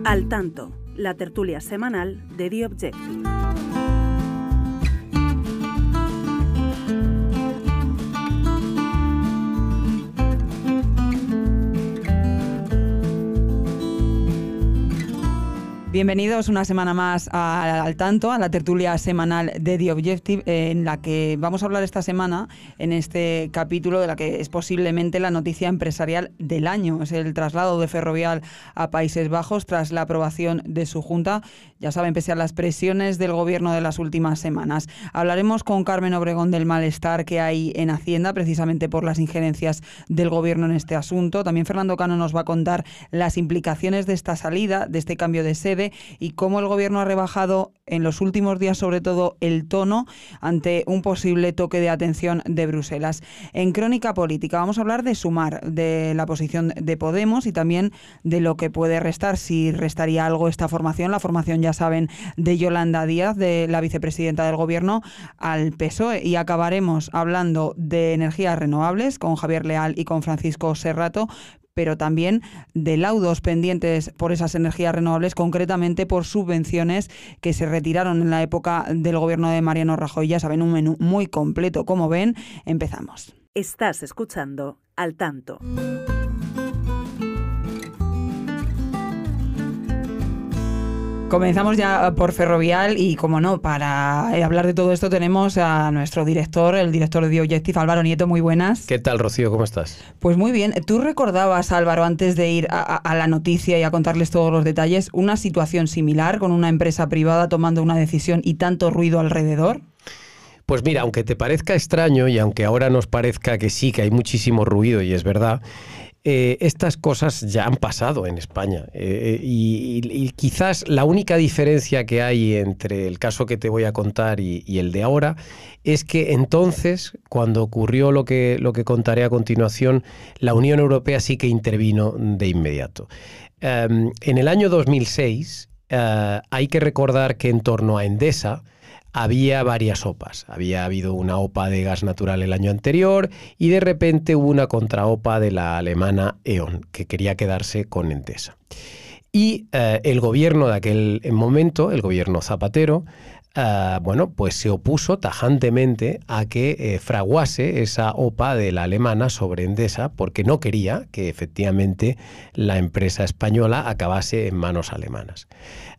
Al Tanto, la tertulia semanal de The Objective. Bienvenidos una semana más Al Tanto, a la tertulia semanal de The Objective, en la que vamos a hablar esta semana, en este capítulo, de la que es posiblemente la noticia empresarial del año. Es el traslado de Ferrovial a Países Bajos tras la aprobación de su Junta, ya saben, pese a las presiones del gobierno de las últimas semanas. Hablaremos con Carmen Obregón del malestar que hay en Hacienda, precisamente por las injerencias del gobierno en este asunto. También Fernando Cano nos va a contar las implicaciones de esta salida, de este cambio de sede, y cómo el gobierno ha rebajado en los últimos días, sobre todo, el tono ante un posible toque de atención de Bruselas. En Crónica Política vamos a hablar de Sumar, de la posición de Podemos y también de lo que puede restar, si restaría algo esta formación, la formación, ya saben, de Yolanda Díaz, de la vicepresidenta del gobierno, al PSOE. Y acabaremos hablando de energías renovables con Javier Leal y con Francisco Serrato, pero también de laudos pendientes por esas energías renovables, concretamente por subvenciones que se retiraron en la época del gobierno de Mariano Rajoy. Ya saben, un menú muy completo. Como ven, empezamos. Estás escuchando Al Tanto. Comenzamos ya por Ferrovial y, como no, para hablar de todo esto tenemos a nuestro director, el director de The Objective, Álvaro Nieto. Muy buenas. ¿Qué tal, Rocío? ¿Cómo estás? Pues muy bien. Tú recordabas, Álvaro, antes de ir a la noticia y a contarles todos los detalles, una situación similar con una empresa privada tomando una decisión y tanto ruido alrededor. Pues mira, aunque te parezca extraño y aunque ahora nos parezca que sí, que hay muchísimo ruido y es verdad, estas cosas ya han pasado en España y quizás la única diferencia que hay entre el caso que te voy a contar y el de ahora es que entonces, cuando ocurrió lo que contaré a continuación, la Unión Europea sí que intervino de inmediato. En el año 2006 hay que recordar que en torno a Endesa había varias OPAs. Había habido una OPA de gas natural el año anterior y de repente hubo una contraoPA de la alemana E.ON, que quería quedarse con Endesa. Y el gobierno de aquel momento, el gobierno Zapatero, pues se opuso tajantemente a que fraguase esa OPA de la alemana sobre Endesa, porque no quería que efectivamente la empresa española acabase en manos alemanas.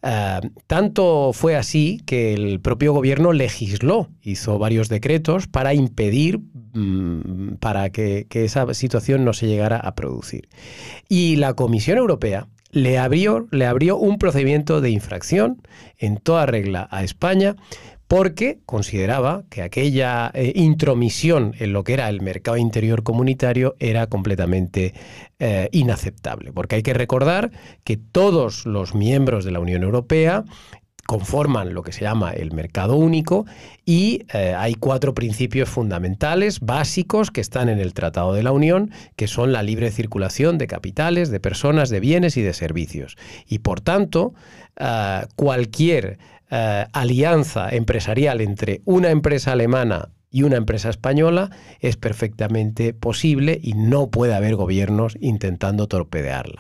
Tanto fue así que el propio gobierno legisló, hizo varios decretos para impedir para que esa situación no se llegara a producir. Y la Comisión Europea le abrió un procedimiento de infracción en toda regla a España porque consideraba que aquella intromisión en lo que era el mercado interior comunitario era completamente inaceptable. Porque hay que recordar que todos los miembros de la Unión Europea conforman lo que se llama el mercado único y hay 4 principios fundamentales, básicos, que están en el Tratado de la Unión, que son la libre circulación de capitales, de personas, de bienes y de servicios. Y por tanto, cualquier alianza empresarial entre una empresa alemana y una empresa española es perfectamente posible y no puede haber gobiernos intentando torpedearla.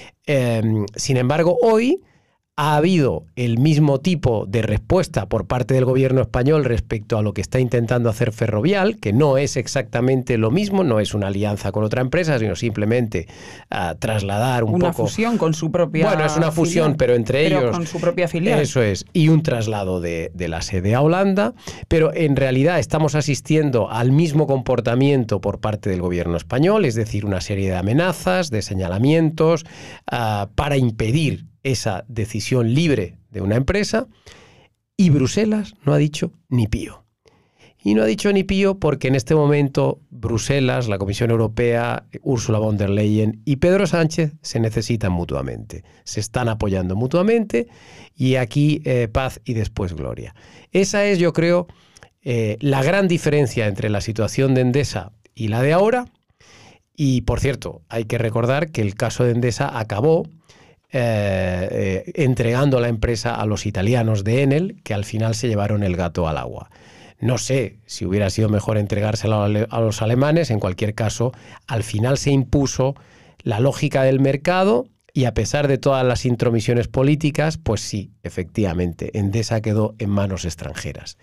Sin embargo, hoy ha habido el mismo tipo de respuesta por parte del gobierno español respecto a lo que está intentando hacer Ferrovial, que no es exactamente lo mismo, no es una alianza con otra empresa, sino simplemente trasladar una fusión con su propia Bueno, es una fusión, filial, pero entre ellos con su propia filial. Eso es, y un traslado de la sede a Holanda, pero en realidad estamos asistiendo al mismo comportamiento por parte del gobierno español, es decir, una serie de amenazas, de señalamientos para impedir esa decisión libre de una empresa, y Bruselas no ha dicho ni pío. Y no ha dicho ni pío porque en este momento Bruselas, la Comisión Europea, Ursula von der Leyen y Pedro Sánchez se necesitan mutuamente. Se están apoyando mutuamente y aquí paz y después gloria. Esa es, yo creo, la gran diferencia entre la situación de Endesa y la de ahora. Y, por cierto, hay que recordar que el caso de Endesa acabó entregando la empresa a los italianos de Enel, que al final se llevaron el gato al agua. No sé si hubiera sido mejor entregárselo a los alemanes. En cualquier caso, al final se impuso la lógica del mercado, Y a pesar de todas las intromisiones políticas, pues sí, efectivamente, Endesa quedó en manos extranjeras.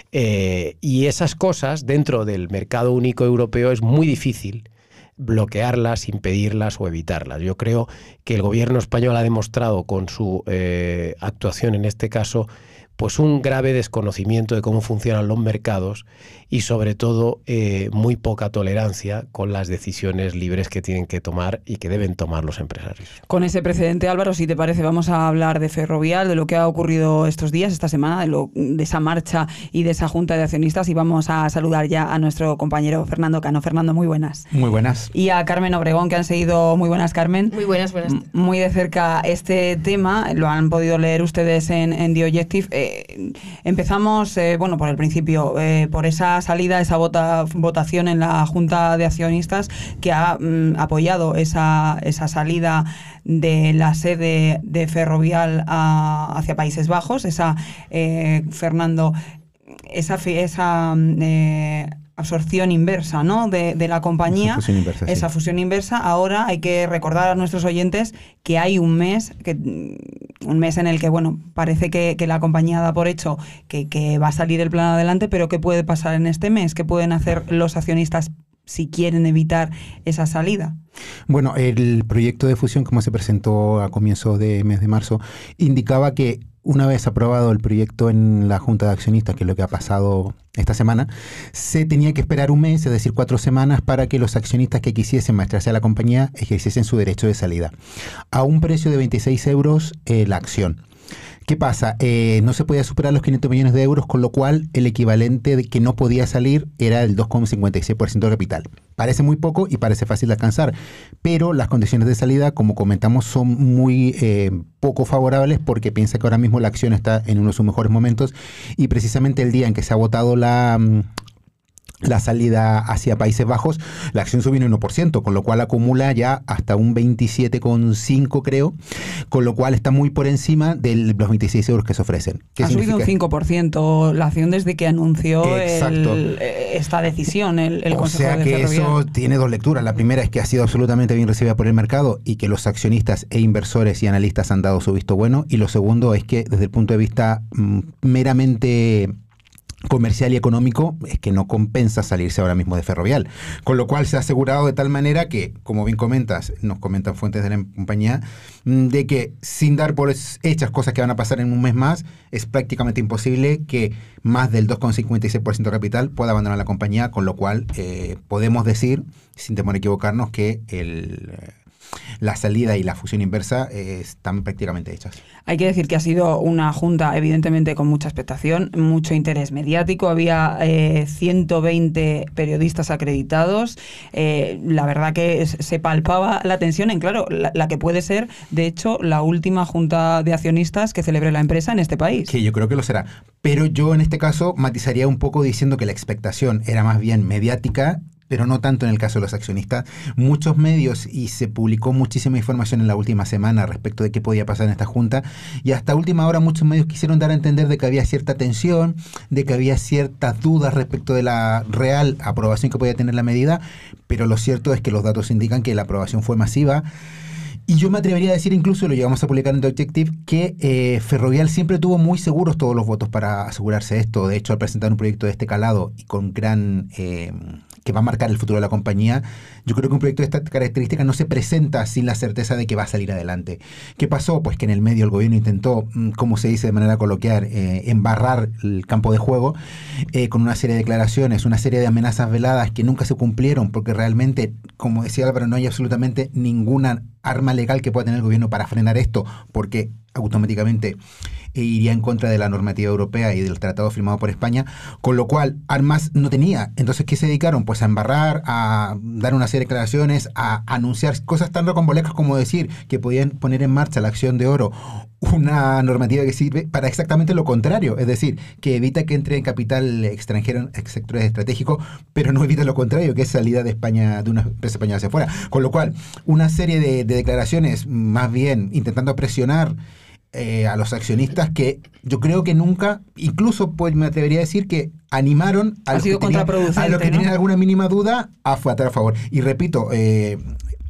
Y esas cosas, dentro del mercado único europeo, es muy difícil bloquearlas, impedirlas o evitarlas. Yo creo que el gobierno español ha demostrado con su actuación en este caso pues un grave desconocimiento de cómo funcionan los mercados y sobre todo muy poca tolerancia con las decisiones libres que tienen que tomar y que deben tomar los empresarios. Con ese precedente, Álvaro, si te parece, vamos a hablar de Ferrovial, de lo que ha ocurrido estos días, esta semana, de esa marcha y de esa junta de accionistas, y vamos a saludar ya a nuestro compañero Fernando Cano. Fernando, muy buenas. Muy buenas. Y a Carmen Obregón, que han seguido, muy buenas, Carmen. Muy buenas. Muy de cerca este tema, lo han podido leer ustedes en The Objective. Empezamos, por el principio, por esa salida, esa votación en la Junta de Accionistas que ha apoyado esa salida de la sede de Ferrovial hacia Países Bajos, Fernando, esa absorción inversa, ¿no?, de la compañía, esa fusión inversa. Ahora hay que recordar a nuestros oyentes que hay un mes en el que, parece que la compañía da por hecho que va a salir el plan adelante, pero ¿qué puede pasar en este mes? ¿Qué pueden hacer los accionistas si quieren evitar esa salida? Bueno, el proyecto de fusión, como se presentó a comienzos de mes de marzo, indicaba que una vez aprobado el proyecto en la Junta de Accionistas, que es lo que ha pasado esta semana, se tenía que esperar un mes, es decir, 4 semanas, para que los accionistas que quisiesen maestrarse a la compañía ejerciesen su derecho de salida. A un precio de 26 euros la acción. ¿Qué pasa? No se podía superar los 500 millones de euros, con lo cual el equivalente de que no podía salir era el 2,56% de capital. Parece muy poco y parece fácil de alcanzar, pero las condiciones de salida, como comentamos, son muy poco favorables, porque piensa que ahora mismo la acción está en uno de sus mejores momentos y precisamente el día en que se ha votado la salida hacia Países Bajos, la acción subió un 1%, con lo cual acumula ya hasta un 27,5, creo, con lo cual está muy por encima de los 26 euros que se ofrecen. Ha subido un 5% la acción desde que anunció esta decisión el Consejo de Ferrovial. O sea que eso tiene dos lecturas. La primera es que ha sido absolutamente bien recibida por el mercado y que los accionistas e inversores y analistas han dado su visto bueno. Y lo segundo es que desde el punto de vista meramente comercial y económico, es que no compensa salirse ahora mismo de Ferrovial. Con lo cual se ha asegurado de tal manera que, como bien comentas, nos comentan fuentes de la compañía, de que sin dar por hechas cosas que van a pasar en un mes más, es prácticamente imposible que más del 2,56% de capital pueda abandonar la compañía, con lo cual podemos decir, sin temor a equivocarnos, que la salida y la fusión inversa están prácticamente hechas. Hay que decir que ha sido una junta evidentemente con mucha expectación, mucho interés mediático. Había 120 periodistas acreditados. La verdad que se palpaba la tensión en, claro, la que puede ser, de hecho, la última junta de accionistas que celebre la empresa en este país. Sí, yo creo que lo será. Pero yo en este caso matizaría un poco diciendo que la expectación era más bien mediática, pero no tanto en el caso de los accionistas. Muchos medios, y se publicó muchísima información en la última semana respecto de qué podía pasar en esta junta, y hasta última hora muchos medios quisieron dar a entender de que había cierta tensión, de que había ciertas dudas respecto de la real aprobación que podía tener la medida, pero lo cierto es que los datos indican que la aprobación fue masiva. Y yo me atrevería a decir, incluso lo llegamos a publicar en The Objective, que Ferrovial siempre tuvo muy seguros todos los votos para asegurarse esto. De hecho, al presentar un proyecto de este calado y con gran que va a marcar el futuro de la compañía, yo creo que un proyecto de esta característica no se presenta sin la certeza de que va a salir adelante. ¿Qué pasó? Pues que en el medio el gobierno intentó, como se dice de manera coloquial, embarrar el campo de juego con una serie de declaraciones, una serie de amenazas veladas que nunca se cumplieron, porque realmente, como decía Álvaro, no hay absolutamente ninguna arma legal que pueda tener el gobierno para frenar esto, porque automáticamente iría en contra de la normativa europea y del tratado firmado por España, con lo cual armas no tenía. Entonces, ¿qué se dedicaron? Pues a embarrar, a dar una serie de declaraciones, a anunciar cosas tan rocambolescas como decir que podían poner en marcha la acción de oro, una normativa que sirve para exactamente lo contrario, es decir, que evita que entre en capital extranjero en sectores estratégicos, pero no evita lo contrario, que es salida de España, de una empresa española hacia afuera. Con lo cual, una serie de declaraciones, más bien intentando presionar a los accionistas, que yo creo que nunca, incluso pues me atrevería a decir que animaron a los que tenían alguna mínima duda a votar a favor. Y repito,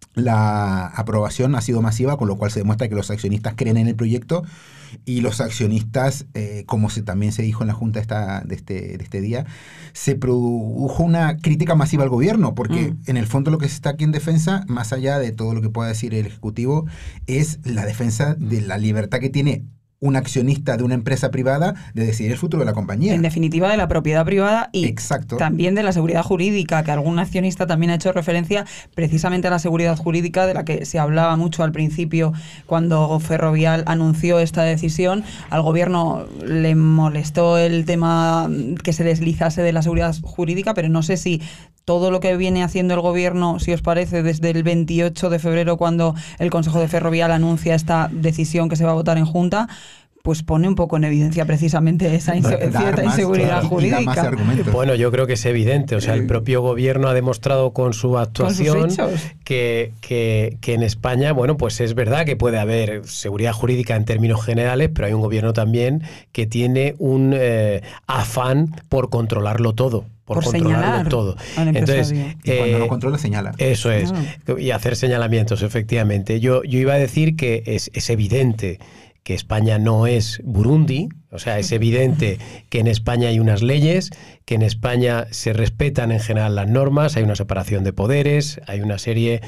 la aprobación ha sido masiva, con lo cual se demuestra que los accionistas creen en el proyecto y los accionistas, como también se dijo en la junta de este día, se produjo una crítica masiva al gobierno, porque en el fondo lo que se está aquí en defensa, más allá de todo lo que pueda decir el Ejecutivo, es la defensa de la libertad que tiene un accionista de una empresa privada de decidir el futuro de la compañía. En definitiva, de la propiedad privada y Exacto. también de la seguridad jurídica, que algún accionista también ha hecho referencia precisamente a la seguridad jurídica de la que se hablaba mucho al principio cuando Ferrovial anunció esta decisión. Al gobierno le molestó el tema que se deslizase de la seguridad jurídica, pero no sé si todo lo que viene haciendo el gobierno, si os parece, desde el 28 de febrero, cuando el Consejo de Ferrovial anuncia esta decisión que se va a votar en Junta, pues pone un poco en evidencia precisamente esa cierta inseguridad jurídica. Bueno, yo creo que es evidente. O sea, el propio gobierno ha demostrado con su actuación que en España, bueno, pues es verdad que puede haber seguridad jurídica en términos generales, pero hay un gobierno también que tiene un afán por controlarlo todo. Por controlarlo todo. Entonces, cuando no controla, señala. Eso es. Y hacer señalamientos, efectivamente. Yo iba a decir que es evidente que España no es Burundi, o sea, es evidente que en España hay unas leyes, que en España se respetan en general las normas, hay una separación de poderes, hay una serie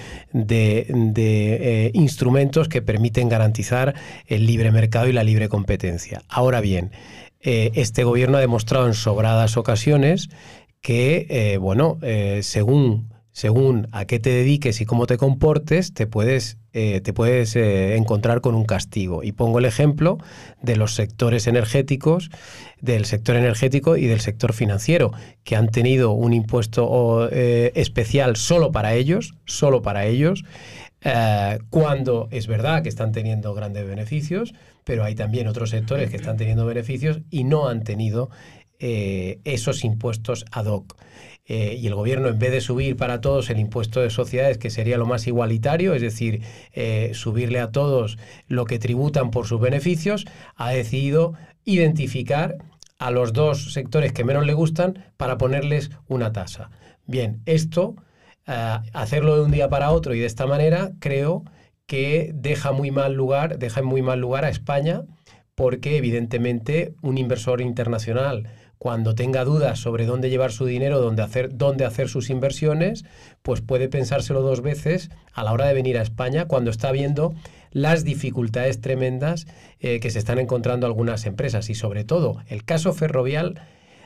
de instrumentos que permiten garantizar el libre mercado y la libre competencia. Ahora bien, este gobierno ha demostrado en sobradas ocasiones que, según a qué te dediques y cómo te comportes, te puedes encontrar con un castigo. Y pongo el ejemplo de los sectores energéticos, del sector energético y del sector financiero, que han tenido un impuesto especial solo para ellos, cuando es verdad que están teniendo grandes beneficios, pero hay también otros sectores que están teniendo beneficios y no han tenido esos impuestos ad hoc. Y el gobierno, en vez de subir para todos el impuesto de sociedades, que sería lo más igualitario, es decir, subirle a todos lo que tributan por sus beneficios, ha decidido identificar a los dos sectores que menos le gustan para ponerles una tasa. Bien, esto, hacerlo de un día para otro y de esta manera, creo que deja en muy mal lugar a España, porque evidentemente un inversor internacional, cuando tenga dudas sobre dónde llevar su dinero, dónde hacer sus inversiones, pues puede pensárselo dos veces a la hora de venir a España, cuando está viendo las dificultades tremendas que se están encontrando algunas empresas. Y sobre todo, el caso Ferrovial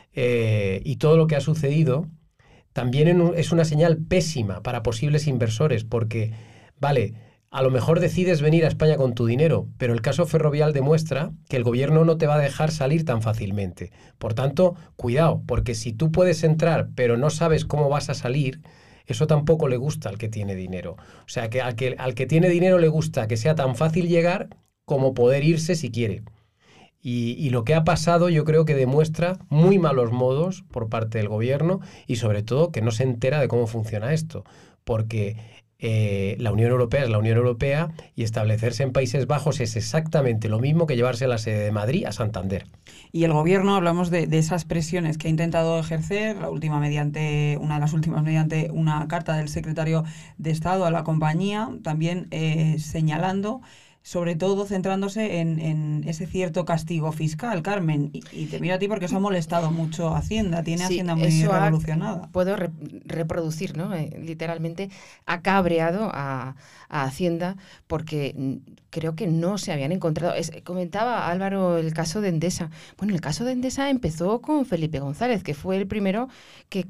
y todo lo que ha sucedido también es una señal pésima para posibles inversores, porque, vale, a lo mejor decides venir a España con tu dinero, pero el caso Ferrovial demuestra que el gobierno no te va a dejar salir tan fácilmente. Por tanto, cuidado, porque si tú puedes entrar pero no sabes cómo vas a salir, eso tampoco le gusta al que tiene dinero. O sea, que al que tiene dinero le gusta que sea tan fácil llegar como poder irse si quiere. Y lo que ha pasado, yo creo que demuestra muy malos modos por parte del gobierno y sobre todo que no se entera de cómo funciona esto, porque la Unión Europea es la Unión Europea y establecerse en Países Bajos es exactamente lo mismo que llevarse la sede de Madrid a Santander. Y el gobierno, hablamos de esas presiones que ha intentado ejercer, una de las últimas mediante una carta del secretario de Estado a la compañía, también señalando, sobre todo centrándose en ese cierto castigo fiscal, Carmen. Y te miro a ti porque eso ha molestado mucho a Hacienda, tiene Hacienda muy revolucionada. Puedo reproducir, ¿no? Literalmente ha cabreado a Hacienda porque creo que no se habían encontrado. Comentaba Álvaro el caso de Endesa. Bueno, el caso de Endesa empezó con Felipe González, que fue el primero que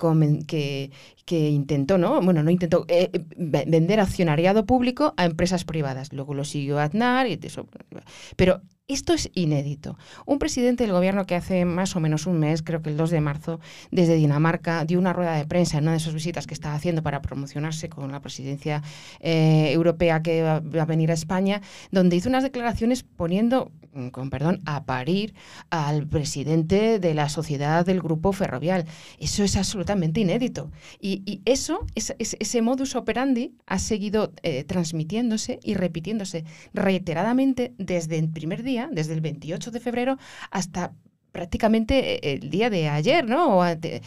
intentó, ¿no? Bueno, no intentó vender accionariado público a empresas privadas. Luego lo siguió Aznar y eso. Pero esto es inédito. Un presidente del gobierno que hace más o menos un mes, creo que el 2 de marzo, desde Dinamarca, dio una rueda de prensa en una de sus visitas que estaba haciendo para promocionarse con la presidencia europea que va a venir a España, donde hizo unas declaraciones poniendo, con perdón, a parir al presidente de la sociedad del grupo Ferrovial. Eso es absolutamente inédito. Y ese modus operandi ha seguido transmitiéndose y repitiéndose reiteradamente desde el primer día, desde el 28 de febrero hasta prácticamente el día de ayer, ¿no?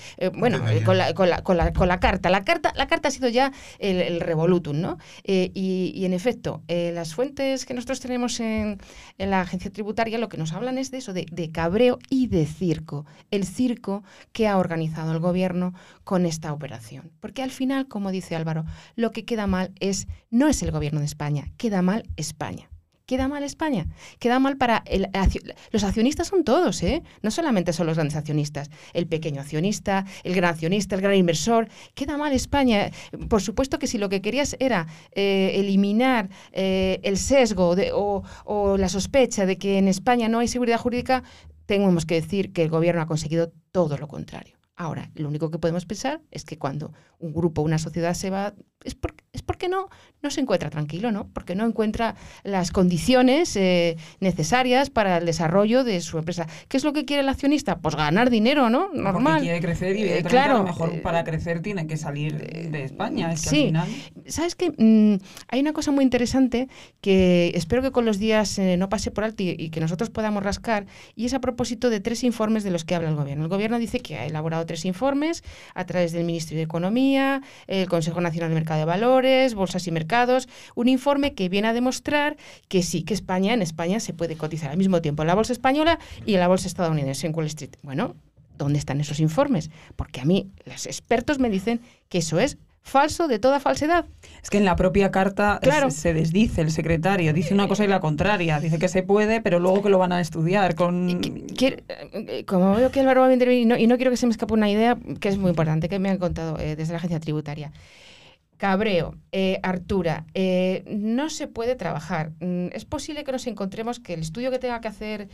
Con la carta. La carta ha sido ya el revolutum, ¿no? Y en efecto, las fuentes que nosotros tenemos en la agencia tributaria lo que nos hablan es de eso, de cabreo y de circo. El circo que ha organizado el gobierno con esta operación. Porque al final, como dice Álvaro, lo que queda mal no es el gobierno de España, queda mal España. Queda mal España, queda mal para... Los accionistas son todos, ¿eh? No solamente son los grandes accionistas, el pequeño accionista, el gran accionista, el gran inversor. Queda mal España. Por supuesto que si lo que querías era eliminar el sesgo o la sospecha de que en España no hay seguridad jurídica, tenemos que decir que el gobierno ha conseguido todo lo contrario. Ahora, lo único que podemos pensar es que cuando un grupo, una sociedad se va, es porque no se encuentra tranquilo, ¿no? Porque no encuentra las condiciones necesarias para el desarrollo de su empresa. ¿Qué es lo que quiere el accionista? Pues ganar dinero, ¿no? Normal. Porque quiere crecer y evidentemente claro, a lo mejor para crecer tiene que salir de España. Es que sí. Al final... ¿Sabes qué? Hay una cosa muy interesante que espero que con los días no pase por alto y que nosotros podamos rascar, y es a propósito de 3 informes de los que habla el gobierno. El gobierno dice que ha elaborado 3 informes a través del Ministerio de Economía, el Consejo Nacional de Mercado de Valores, Bolsas y Mercados, un informe que viene a demostrar que sí, que en España se puede cotizar al mismo tiempo en la bolsa española y en la bolsa estadounidense, en Wall Street. Bueno, ¿dónde están esos informes? Porque a mí los expertos me dicen que eso es falso de toda falsedad. Es que en la propia carta se desdice el secretario, dice una cosa y la contraria, dice que se puede, pero luego que lo van a estudiar con... Como veo que Álvaro va a intervenir y no quiero que se me escape una idea que es muy importante, que me han contado desde la agencia tributaria. Cabreo, Artura, no se puede trabajar. Es posible que nos encontremos que el estudio que tenga que hacer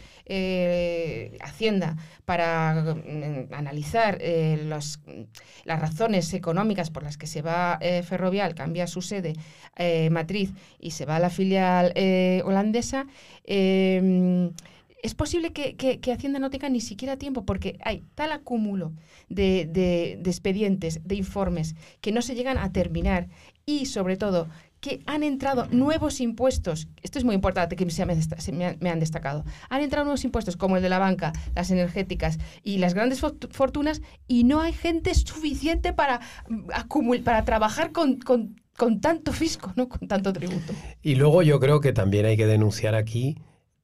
Hacienda para analizar las razones económicas por las que se va Ferrovial, cambia su sede matriz y se va a la filial holandesa, es posible que Hacienda no tenga ni siquiera tiempo porque hay tal acúmulo de expedientes, de informes que no se llegan a terminar y, sobre todo, que han entrado nuevos impuestos. Esto es muy importante que me han destacado. Han entrado nuevos impuestos como el de la banca, las energéticas y las grandes fortunas y no hay gente suficiente para trabajar con tanto fisco, ¿no? Con tanto tributo. Y luego yo creo que también hay que denunciar aquí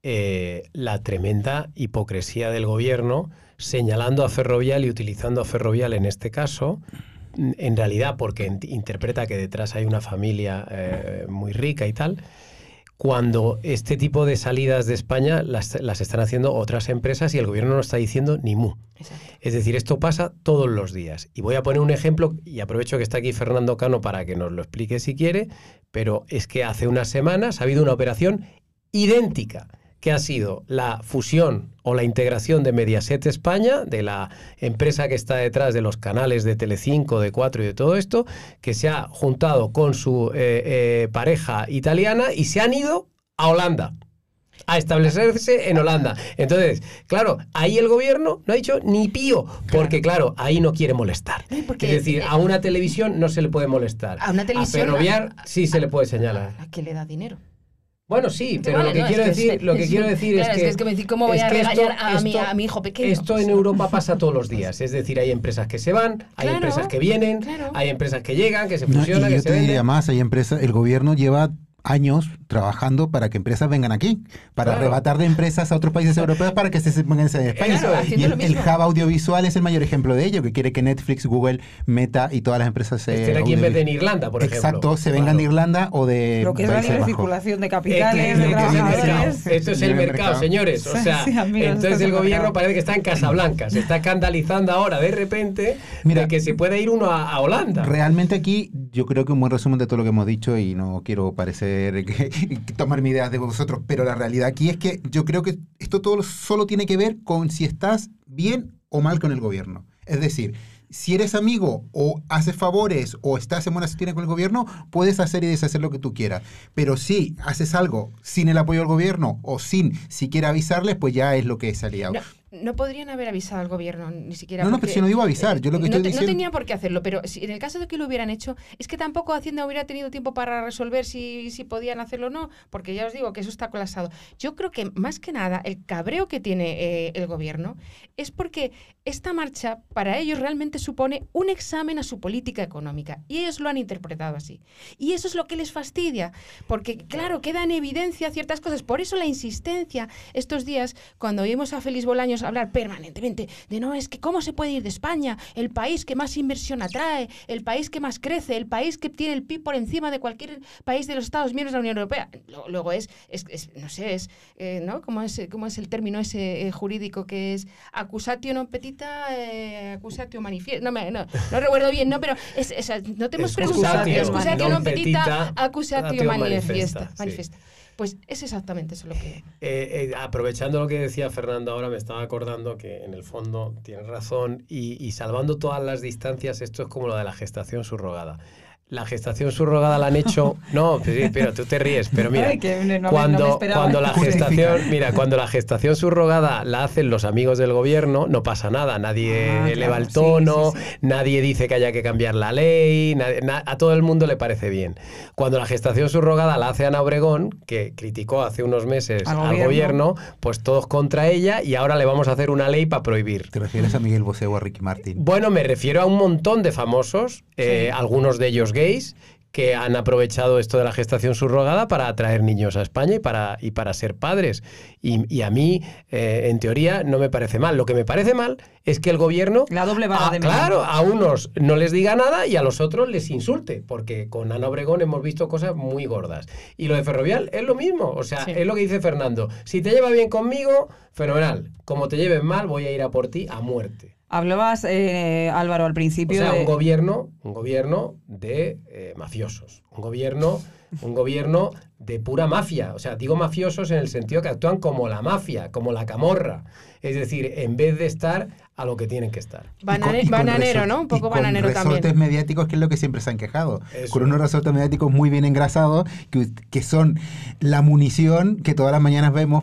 la tremenda hipocresía del gobierno señalando a Ferrovial y utilizando a Ferrovial en este caso, en realidad porque interpreta que detrás hay una familia muy rica y tal, cuando este tipo de salidas de España las están haciendo otras empresas y el gobierno no está diciendo ni mu. Exacto. Es decir, esto pasa todos los días. Y voy a poner un ejemplo, y aprovecho que está aquí Fernando Cano para que nos lo explique si quiere, pero es que hace unas semanas ha habido una operación idéntica, que ha sido la fusión o la integración de Mediaset España, de la empresa que está detrás de los canales de Telecinco, de 4 y de todo esto, que se ha juntado con su pareja italiana y se han ido a Holanda, a establecerse en Holanda. Entonces, claro, ahí el gobierno no ha dicho ni pío, porque claro, ahí no quiere molestar. Porque, es decir, a una televisión no se le puede molestar. A una televisión... A Ferrovial sí se le puede señalar. ¿A qué le da dinero? Bueno, sí, pero lo que quiero decir es que me decir cómo voy a regañar a mi hijo pequeño. Esto en Europa pasa todos los días. Es decir, hay empresas que se van, hay empresas que vienen, hay empresas que llegan, que se fusionan, que se venden. Diría más, hay empresas, el gobierno lleva años trabajando para que empresas vengan aquí, para arrebatar de empresas a otros países europeos para que se pongan en España. Y el hub audiovisual es el mayor ejemplo de ello, que quiere que Netflix, Google, Meta y todas las empresas estén aquí en vez de en Irlanda, por ejemplo. Exacto, se vengan de Irlanda o de lo que es la libre circulación de capitales, de trabajadores. Esto es el mercado, señores. O sea, entonces el gobierno parece que está en Casablanca, se está escandalizando ahora de repente de que se puede ir uno a Holanda. Realmente aquí yo creo que un buen resumen de todo lo que hemos dicho, y no quiero parecer tomar mi idea de vosotros, pero la realidad aquí es que yo creo que esto todo solo tiene que ver con si estás bien o mal con el gobierno. Es decir, si eres amigo o haces favores o estás en buena sintonía con el gobierno, puedes hacer y deshacer lo que tú quieras. Pero si haces algo sin el apoyo del gobierno o sin siquiera avisarles, pues ya es lo que es aliado. No podrían haber avisado al gobierno, ni siquiera. No, pero si no digo avisar, yo lo que estoy diciendo... No tenía por qué hacerlo, pero si, en el caso de que lo hubieran hecho, es que tampoco Hacienda hubiera tenido tiempo para resolver si podían hacerlo o no, porque ya os digo que eso está colapsado. Yo creo que, más que nada, el cabreo que tiene el gobierno es porque esta marcha, para ellos, realmente supone un examen a su política económica, y ellos lo han interpretado así. Y eso es lo que les fastidia, porque, claro, queda en evidencia ciertas cosas. Por eso la insistencia estos días, cuando oímos a Félix Bolaños hablar permanentemente de no, es que cómo se puede ir de España, el país que más inversión atrae, el país que más crece, el país que tiene el PIB por encima de cualquier país de los Estados miembros de la Unión Europea. Luego no sé, ¿no? ¿Cómo es el término ese jurídico que es accusatio non petita, accusatio manifiesta? No recuerdo bien, no, pero no te hemos preguntado. Accusatio non petita, accusatio manifiesta. Sí. Pues es exactamente eso lo que... Aprovechando lo que decía Fernando ahora, me estaba acordando que en el fondo tienes razón y salvando todas las distancias, esto es como lo de la gestación subrogada. La gestación subrogada la han hecho... No, sí, pero tú te ríes, pero mira, cuando la gestación subrogada la hacen los amigos del gobierno, no pasa nada, nadie eleva el tono, nadie dice que haya que cambiar la ley, a todo el mundo le parece bien. Cuando la gestación subrogada la hace Ana Obregón, que criticó hace unos meses al gobierno, pues todos contra ella, y ahora le vamos a hacer una ley para prohibir. ¿Te refieres a Miguel Bosé o a Ricky Martin? Bueno, me refiero a un montón de famosos, algunos de ellos gays, que han aprovechado esto de la gestación subrogada para atraer niños a España y para ser padres. Y a mí, en teoría, no me parece mal. Lo que me parece mal es que el gobierno... La doble vara de medir. Claro, a unos no les diga nada y a los otros les insulte, porque con Ana Obregón hemos visto cosas muy gordas. Y lo de Ferrovial es lo mismo. O sea, es lo que dice Fernando. Si te lleva bien conmigo, fenomenal. Como te lleven mal, voy a ir a por ti a muerte. Hablabas, Álvaro, al principio... O sea, un gobierno de mafiosos. Un gobierno de pura mafia. O sea, digo mafiosos en el sentido que actúan como la mafia, como la camorra. Es decir, en vez de estar a lo que tienen que estar. Bananero, ¿no? Un poco bananero también. Con resortes mediáticos, que es lo que siempre se han quejado. Eso. Con unos resortes mediáticos muy bien engrasados, que son la munición que todas las mañanas vemos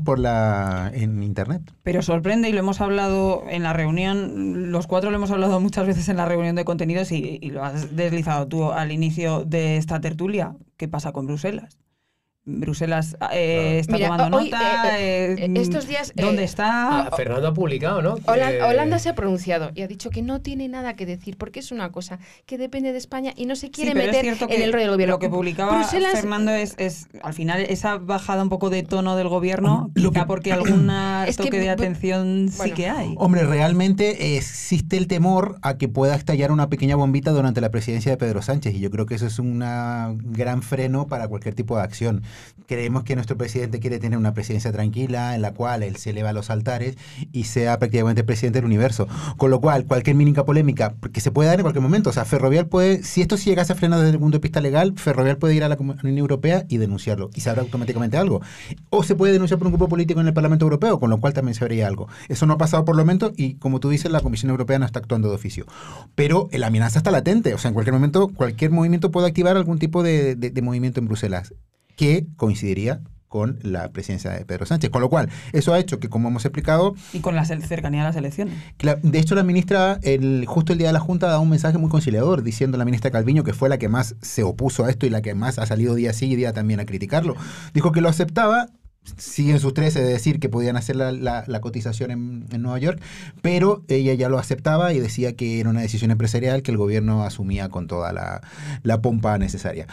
en internet. Pero sorprende, y lo hemos hablado en la reunión, los cuatro lo hemos hablado muchas veces en la reunión de contenidos, y lo has deslizado tú al inicio de esta tertulia. ¿Qué pasa con Bruselas? Bruselas está tomando nota. Estos días... ¿Dónde está? Fernando ha publicado, ¿no? Holanda se ha pronunciado y ha dicho que no tiene nada que decir, porque es una cosa que depende de España y no se quiere meter en el rollo del gobierno. Lo que publicaba Fernando es al final esa bajada un poco de tono del gobierno, quizá porque algún toque de atención sí que hay. Hombre, realmente existe el temor a que pueda estallar una pequeña bombita durante la presidencia de Pedro Sánchez, y yo creo que eso es un gran freno para cualquier tipo de acción. Creemos que nuestro presidente quiere tener una presidencia tranquila, en la cual él se eleva a los altares y sea prácticamente el presidente del universo. Con lo cual, cualquier mínima polémica que se puede dar en cualquier momento. O sea, Ferrovial puede, si esto llegase a frenar desde el punto de vista legal, Ferrovial puede ir a la Unión Europea y denunciarlo, y se habrá automáticamente algo. O se puede denunciar por un grupo político en el Parlamento Europeo, con lo cual también se habría algo. Eso no ha pasado por el momento y, como tú dices, la Comisión Europea no está actuando de oficio. Pero la amenaza está latente. O sea, en cualquier momento, cualquier movimiento puede activar algún tipo de movimiento en Bruselas, que coincidiría con la presidencia de Pedro Sánchez. Con lo cual, eso ha hecho que, como hemos explicado... Y con la cercanía a las elecciones. De hecho, la ministra, justo el día de la Junta, ha dado un mensaje muy conciliador, diciendo la ministra Calviño, que fue la que más se opuso a esto y la que más ha salido día sí y día también a criticarlo. Dijo que lo aceptaba. Siguen sus 13 de decir que podían hacer la cotización en Nueva York, pero ella ya lo aceptaba y decía que era una decisión empresarial que el gobierno asumía con toda la pompa necesaria.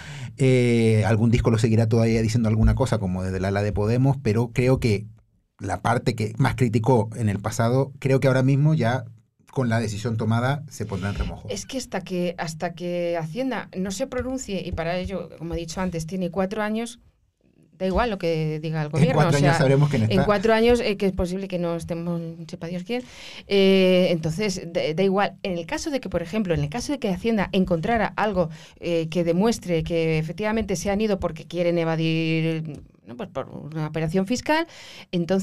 Algún disco lo seguirá todavía diciendo alguna cosa, como desde el ala de Podemos, pero creo que la parte que más criticó en el pasado, creo que ahora mismo ya, con la decisión tomada, se pondrá en remojo. Es que hasta que Hacienda no se pronuncie, y para ello, como he dicho antes, tiene 4 años... Da igual lo que diga el gobierno. En 4 años sabremos quién está. En 4 años, que es posible que no estemos, sepa Dios quién. Entonces, da igual. En el caso de que, por ejemplo, en el caso de que Hacienda encontrara algo que demuestre que efectivamente se han ido porque quieren evadir, ¿no?, pues por una operación fiscal, entonces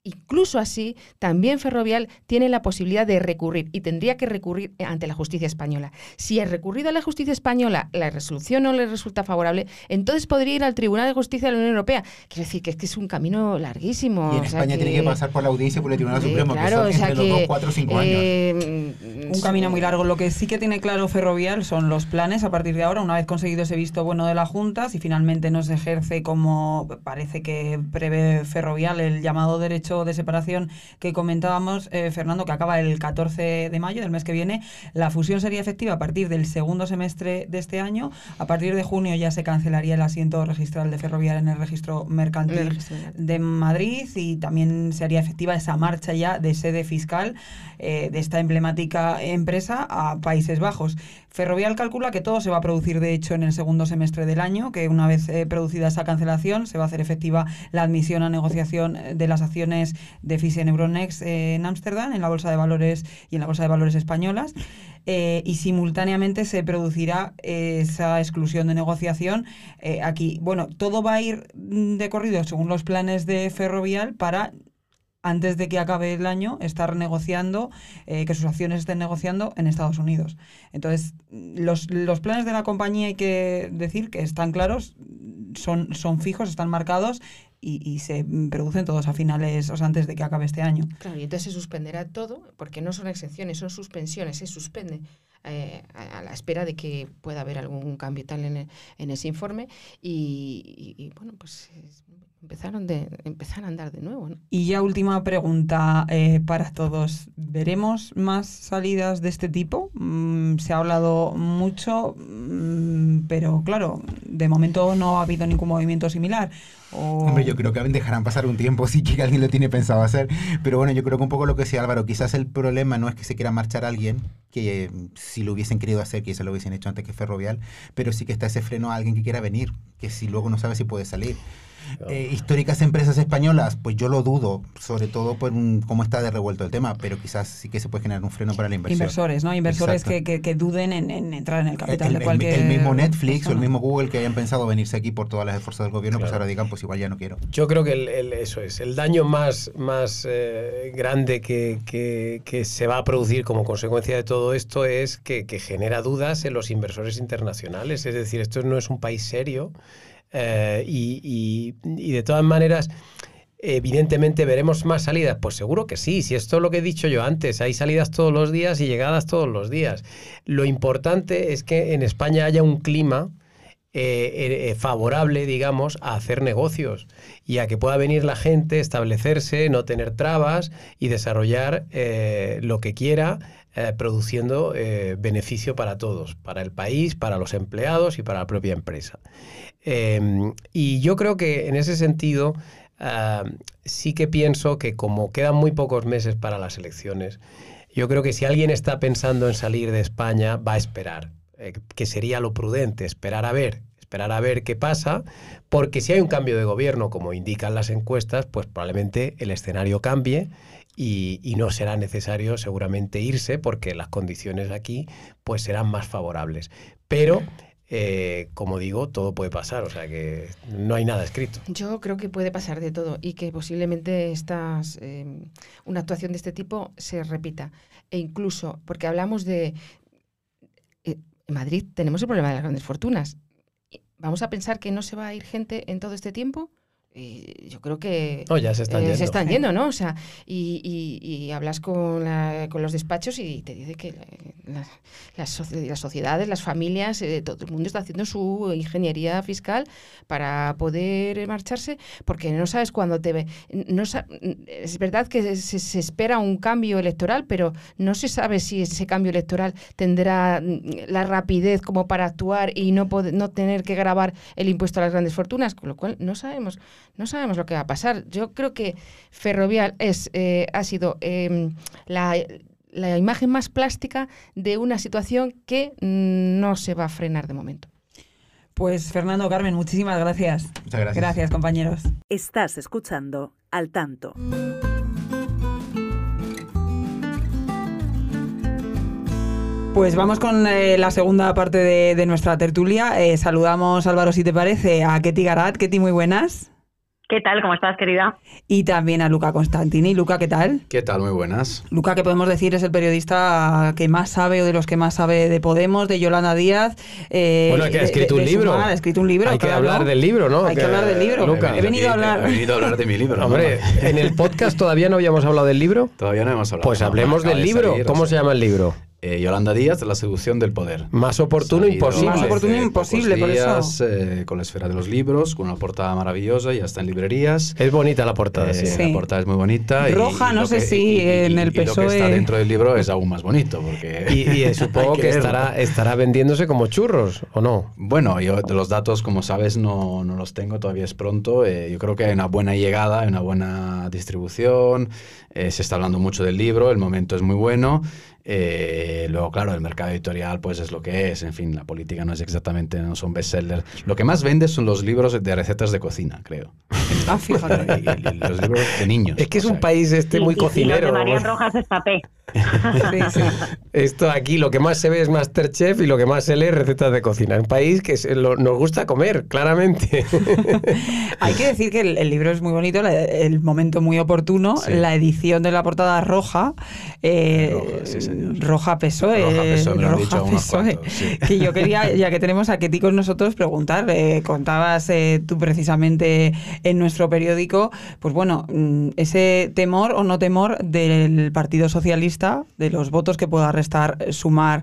incluso así, también Ferrovial tiene la posibilidad de recurrir y tendría que recurrir ante la justicia española. Si es recurrido a la justicia española, la resolución no le resulta favorable, entonces podría ir al Tribunal de Justicia de la Unión Europea. Quiero decir que es un camino larguísimo. Y en España tiene que pasar por la audiencia por el Tribunal Supremo, claro, que son entre los 2, 4, 5 años. Un camino muy largo. Lo que sí que tiene claro Ferrovial son los planes a partir de ahora, una vez conseguido ese visto bueno de la Junta, si finalmente no se ejerce como parece que prevé Ferrovial, el llamado derecho de separación que comentábamos, Fernando, que acaba el 14 de mayo del mes que viene, la fusión sería efectiva a partir del segundo semestre de este año. A partir de junio ya se cancelaría el asiento registral de Ferrovial en el registro mercantil de Madrid, y también se haría efectiva esa marcha ya de sede fiscal de esta emblemática empresa a Países Bajos. Ferrovial calcula que todo se va a producir, de hecho, en el segundo semestre del año, que una vez producida esa cancelación se va a hacer efectiva la admisión a negociación de las acciones de Euronext en Ámsterdam, en la Bolsa de Valores y en la Bolsa de Valores españolas, y simultáneamente se producirá esa exclusión de negociación aquí. Bueno, todo va a ir de corrido según los planes de Ferrovial para, antes de que acabe el año, estar negociando, que sus acciones estén negociando en Estados Unidos. Entonces, los planes de la compañía, hay que decir que están claros, son fijos, están marcados y se producen todos a finales, o sea, antes de que acabe este año. Claro, y entonces se suspenderá todo, porque no son exenciones, son suspensiones, se suspende a la espera de que pueda haber algún cambio tal en ese informe y bueno, pues empezar a andar de nuevo, ¿no? Y ya última pregunta para todos. ¿Veremos más salidas de este tipo? Se ha hablado mucho, pero claro, de momento no ha habido ningún movimiento similar. Hombre, yo creo que dejarán pasar un tiempo, sí que alguien lo tiene pensado hacer, pero bueno, yo creo que un poco lo que decía Álvaro, quizás el problema no es que se quiera marchar a alguien, que si lo hubiesen querido hacer, quizás lo hubiesen hecho antes que Ferrovial, pero sí que está ese freno a alguien que quiera venir, que si luego no sabe si puede salir. Históricas empresas españolas, pues yo lo dudo, sobre todo por cómo está de revuelto el tema, pero quizás sí que se puede generar un freno para la inversión. Inversores, ¿no? Inversores que duden en entrar en el capital de cualquier... El mismo Netflix o el mismo Google que hayan pensado venirse aquí por todas las esfuerzos del gobierno, pues ahora digan, pues igual ya no quiero. Yo creo que eso es, el daño más grande que se va a producir como consecuencia de todo esto es que genera dudas en los inversores internacionales. Es decir, esto no es un país serio. Y de todas maneras, evidentemente veremos más salidas. Pues seguro que sí, si esto es lo que he dicho yo antes, hay salidas todos los días y llegadas todos los días. Lo importante es que en España haya un clima favorable, digamos, a hacer negocios y a que pueda venir la gente, establecerse, no tener trabas y desarrollar lo que quiera, produciendo beneficio para todos, para el país, para los empleados y para la propia empresa. Y yo creo que en ese sentido sí que pienso que como quedan muy pocos meses para las elecciones, yo creo que si alguien está pensando en salir de España va a esperar, que sería lo prudente, esperar a ver qué pasa, porque si hay un cambio de gobierno, como indican las encuestas, pues probablemente el escenario cambie y no será necesario seguramente irse, porque las condiciones aquí pues serán más favorables. Pero como digo, todo puede pasar, o sea que no hay nada escrito. Yo creo que puede pasar de todo y que posiblemente una actuación de este tipo se repita. E incluso, porque hablamos de... en Madrid tenemos el problema de las grandes fortunas. ¿Vamos a pensar que no se va a ir gente en todo este tiempo? Yo creo que ya se están yendo, ¿no? O sea, y hablas con los despachos y te dice que las sociedades, las familias, todo el mundo está haciendo su ingeniería fiscal para poder marcharse, porque no sabes cuándo te ve. Es verdad que se espera un cambio electoral, pero no se sabe si ese cambio electoral tendrá la rapidez como para actuar y no tener que gravar el impuesto a las grandes fortunas, con lo cual no sabemos lo que va a pasar. Yo creo que Ferrovial ha sido la imagen más plástica de una situación que no se va a frenar de momento. Pues Fernando, Carmen, muchísimas gracias. Muchas gracias. Gracias, compañeros. Estás escuchando Al Tanto. Pues vamos con la segunda parte de nuestra tertulia. Saludamos, Álvaro, si te parece, a Ketty Garat. Ketty, muy buenas. ¿Qué tal? ¿Cómo estás, querida? Y también a Luca Constantini. Luca, ¿qué tal? ¿Qué tal? Muy buenas. Luca, que podemos decir es el periodista que más sabe o de los que más sabe de Podemos, de Yolanda Díaz. Bueno, que ha escrito un libro. Ha escrito un libro. Hay que hablar del libro, ¿no? Hay que hablar del libro. Luca, he venido a hablar de mi libro. Hombre, ¿en el podcast todavía no habíamos hablado del libro? Todavía no hemos hablado. Pues hablemos del libro. ¿Cómo se llama el libro? Yolanda Díaz, La seducción del poder. Más oportuno imposible. Más oportuno imposible, por eso. Con la esfera de los libros, con una portada maravillosa, ya está en librerías. Es bonita la portada, sí. La portada es muy bonita. Roja, no sé si en el PSOE... Y lo que está dentro del libro es aún más bonito, porque... Y supongo que estará vendiéndose como churros, ¿o no? Bueno, yo de los datos, como sabes, no los tengo, todavía es pronto. Yo creo que hay una buena llegada, hay una buena distribución, se está hablando mucho del libro, el momento es muy bueno. Luego, claro, el mercado editorial pues es lo que es. En fin, la política no son bestsellers. Lo que más vende son los libros de recetas de cocina, creo. Fíjate. Y los libros de niños. Es que es un país muy cocinero. Y los de María Rojas es papé. Sí. Esto aquí lo que más se ve es MasterChef y lo que más se lee es recetas de cocina. Un país que nos gusta comer, claramente. Hay que decir que el libro es muy bonito, el momento muy oportuno, la edición de la portada roja, roja PSOE, roja PSOE, que yo quería, ya que tenemos a Ketty con nosotros, preguntar, contabas tú precisamente en nuestro periódico, pues bueno, ese temor o no temor del Partido Socialista, de los votos que pueda restar sumar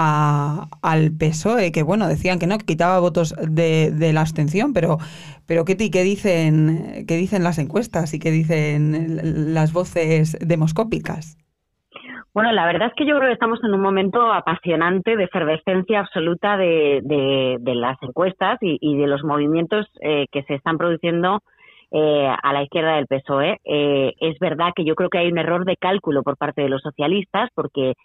al PSOE, que bueno, decían que no, que quitaba votos de la abstención, pero Ketty, ¿qué dicen las encuestas y qué dicen las voces demoscópicas? Bueno, la verdad es que yo creo que estamos en un momento apasionante de efervescencia absoluta de las encuestas y de los movimientos que se están produciendo a la izquierda del PSOE. Es verdad que yo creo que hay un error de cálculo por parte de los socialistas, porque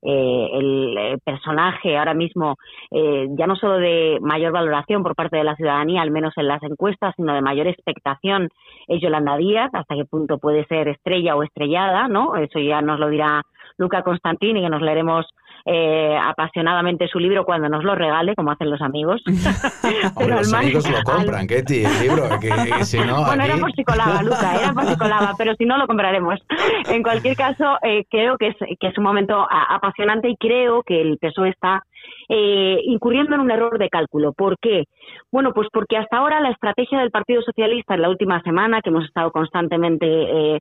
el personaje ahora mismo, ya no solo de mayor valoración por parte de la ciudadanía, al menos en las encuestas, sino de mayor expectación, es Yolanda Díaz. Hasta qué punto puede ser estrella o estrellada, ¿no? Eso ya nos lo dirá Luca Constantini, que nos leeremos apasionadamente su libro cuando nos lo regale, como hacen los amigos. Hombre, los amigos lo compran, Ketty, el libro. Que si no, bueno, aquí... era por si colaba, Luca, pero si no lo compraremos. En cualquier caso, creo que es un momento apasionante y creo que el PSOE está incurriendo en un error de cálculo. ¿Por qué? Bueno, pues porque hasta ahora la estrategia del Partido Socialista en la última semana, que hemos estado constantemente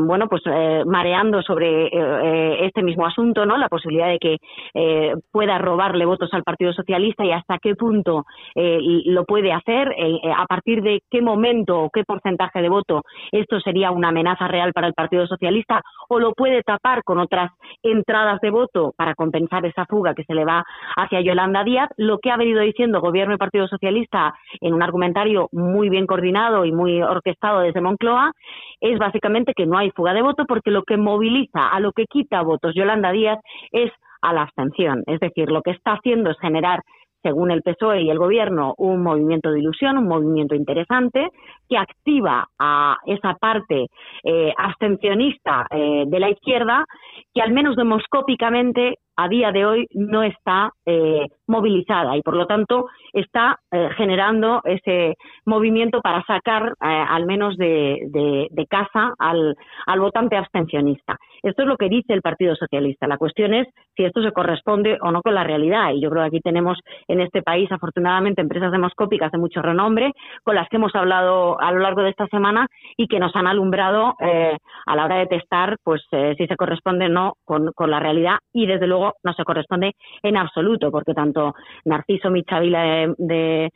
mareando sobre este mismo asunto, ¿no? La posibilidad de que pueda robarle votos al Partido Socialista y hasta qué punto lo puede hacer, a partir de qué momento o qué porcentaje de voto esto sería una amenaza real para el Partido Socialista, o lo puede tapar con otras entradas de voto para compensar esa fuga que se le va hacia Yolanda Díaz. Lo que ha venido diciendo Gobierno y Partido Socialista en un argumentario muy bien coordinado y muy orquestado desde Moncloa es básicamente que no hay fuga de voto, porque lo que moviliza, a lo que quita votos Yolanda Díaz es a la abstención. Es decir, lo que está haciendo es generar, según el PSOE y el Gobierno, un movimiento de ilusión, un movimiento interesante que activa a esa parte abstencionista de la izquierda, que al menos demoscópicamente a día de hoy no está movilizada y por lo tanto está generando ese movimiento para sacar al menos de casa al votante abstencionista. Esto es lo que dice el Partido Socialista. La cuestión es si esto se corresponde o no con la realidad, y yo creo que aquí tenemos en este país afortunadamente empresas demoscópicas de mucho renombre con las que hemos hablado a lo largo de esta semana y que nos han alumbrado a la hora de testar pues si se corresponde o no con la realidad, y desde luego no se corresponde en absoluto, porque tanto Narciso Michavila de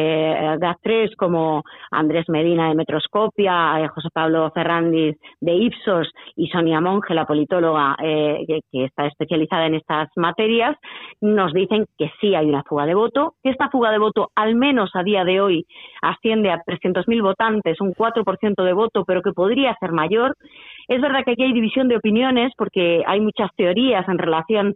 GAT3 como Andrés Medina de Metroscopia, José Pablo Ferrandis de Ipsos y Sonia Monge, la politóloga que está especializada en estas materias, nos dicen que sí hay una fuga de voto, que esta fuga de voto al menos a día de hoy asciende a 300.000 votantes, un 4% de voto, pero que podría ser mayor. Es verdad que aquí hay división de opiniones porque hay muchas teorías en relación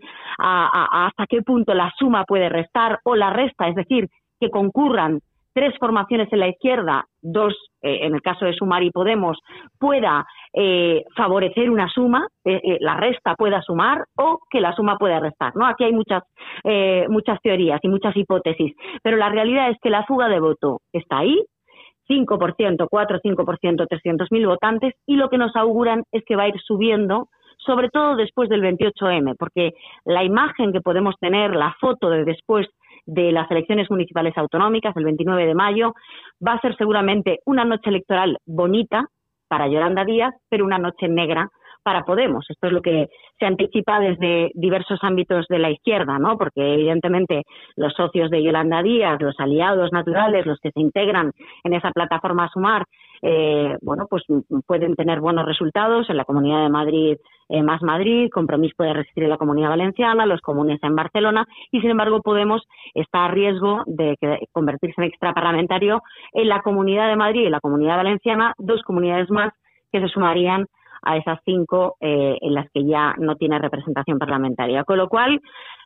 a hasta qué punto la suma puede restar o la resta, es decir, que concurran tres formaciones en la izquierda, dos, en el caso de Sumar y Podemos, pueda favorecer una suma, la resta pueda sumar o que la suma pueda restar, ¿no? Aquí hay muchas teorías y muchas hipótesis, pero la realidad es que la fuga de voto está ahí, 5%, 4, 5%, 300.000 votantes, y lo que nos auguran es que va a ir subiendo, sobre todo después del 28M, porque la imagen que podemos tener, la foto de después de las elecciones municipales autonómicas, el 29 de mayo, va a ser seguramente una noche electoral bonita para Yolanda Díaz, pero una noche negra para Podemos. Esto es lo que se anticipa desde diversos ámbitos de la izquierda, ¿no? Porque evidentemente los socios de Yolanda Díaz, los aliados naturales, los que se integran en esa plataforma Sumar, pues pueden tener buenos resultados en la Comunidad de Madrid, Más Madrid, Compromís puede resistir en la Comunidad Valenciana, los comunes en Barcelona, y sin embargo Podemos está a riesgo de convertirse en extraparlamentario en la Comunidad de Madrid y la Comunidad Valenciana, 2 comunidades más que se sumarían a esas 5 en las que ya no tiene representación parlamentaria. Con lo cual,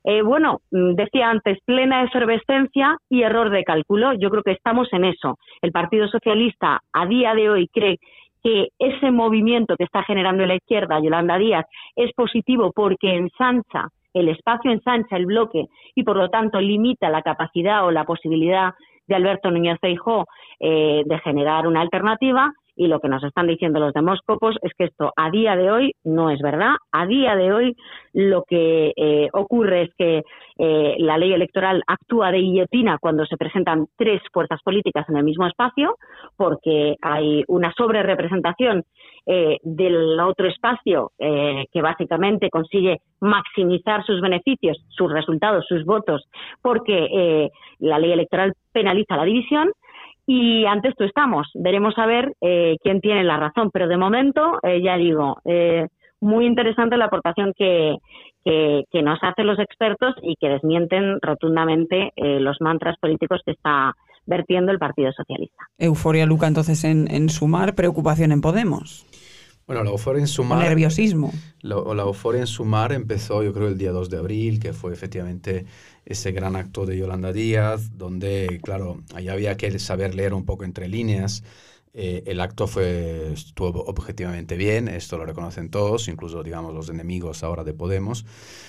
decía antes, plena efervescencia y error de cálculo. Yo creo que estamos en eso. El Partido Socialista a día de hoy cree que ese movimiento que está generando la izquierda, Yolanda Díaz, es positivo porque ensancha el espacio, ensancha el bloque y por lo tanto limita la capacidad o la posibilidad de Alberto Núñez Feijóo de generar una alternativa. Y lo que nos están diciendo los demóscopos es que esto a día de hoy no es verdad. A día de hoy lo que ocurre es que la ley electoral actúa de guillotina cuando se presentan 3 fuerzas políticas en el mismo espacio, porque hay una sobrerepresentación del otro espacio que básicamente consigue maximizar sus beneficios, sus resultados, sus votos, porque la ley electoral penaliza la división. Y ante esto estamos. Veremos a ver quién tiene la razón. Pero de momento, ya digo, muy interesante la aportación que nos hacen los expertos y que desmienten rotundamente los mantras políticos que está vertiendo el Partido Socialista. Euforia, Luca, entonces en Sumar, preocupación en Podemos. Bueno, la euforia en Sumar... nerviosismo. La euforia en Sumar empezó, yo creo, el día 2 de abril, que fue efectivamente ese gran acto de Yolanda Díaz, donde, claro, ahí había que saber leer un poco entre líneas. El acto estuvo objetivamente bien, esto lo reconocen todos, incluso, digamos, los enemigos ahora de Podemos.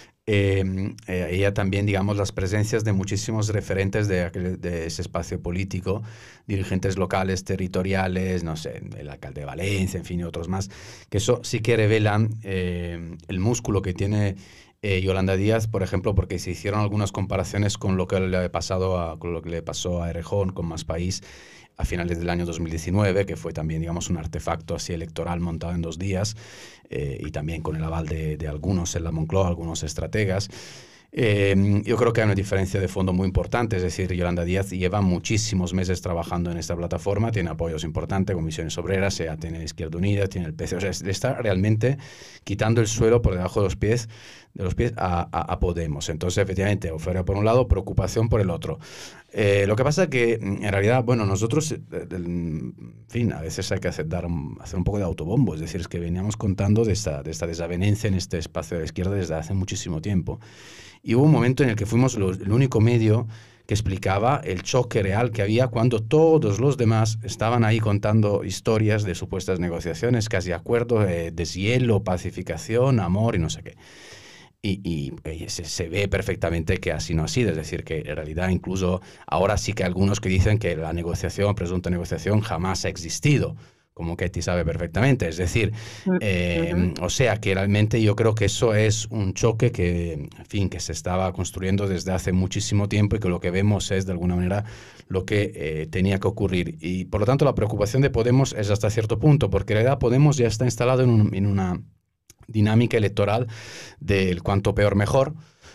Ella también, digamos, las presencias de muchísimos referentes de ese espacio político, dirigentes locales, territoriales, no sé, el alcalde de Valencia, en fin, y otros más, que eso sí que revelan el músculo que tiene Yolanda Díaz, por ejemplo, porque se hicieron algunas comparaciones con lo que le pasó a Errejón con Más País a finales del año 2019, que fue también, digamos, un artefacto así electoral montado en 2 días, y también con el aval de algunos en la Moncloa, algunos estrategas. Yo creo que hay una diferencia de fondo muy importante, es decir, Yolanda Díaz lleva muchísimos meses trabajando en esta plataforma, tiene apoyos importantes, Comisiones Obreras, tiene Izquierda Unida, tiene el PC, o sea, le está realmente quitando el suelo por debajo de los pies a Podemos. Entonces, efectivamente, euforia por un lado, preocupación por el otro. Lo que pasa es que, en realidad, bueno, nosotros, en fin, a veces hay que hacer un poco de autobombo, es decir, es que veníamos contando de esta desavenencia en este espacio de la izquierda desde hace muchísimo tiempo. Y hubo un momento en el que fuimos el único medio que explicaba el choque real que había cuando todos los demás estaban ahí contando historias de supuestas negociaciones, casi acuerdos, deshielo, pacificación, amor y no sé qué. Y se ve perfectamente que así no ha sido, es decir, que en realidad incluso ahora sí que hay algunos que dicen que la negociación, presunta negociación, jamás ha existido, como Ketty sabe perfectamente, es decir, o sea que realmente yo creo que eso es un choque que, en fin, que se estaba construyendo desde hace muchísimo tiempo y que lo que vemos es de alguna manera lo que tenía que ocurrir. Y por lo tanto la preocupación de Podemos es hasta cierto punto, porque en realidad Podemos ya está instalado en una dinámica electoral del cuanto peor mejor.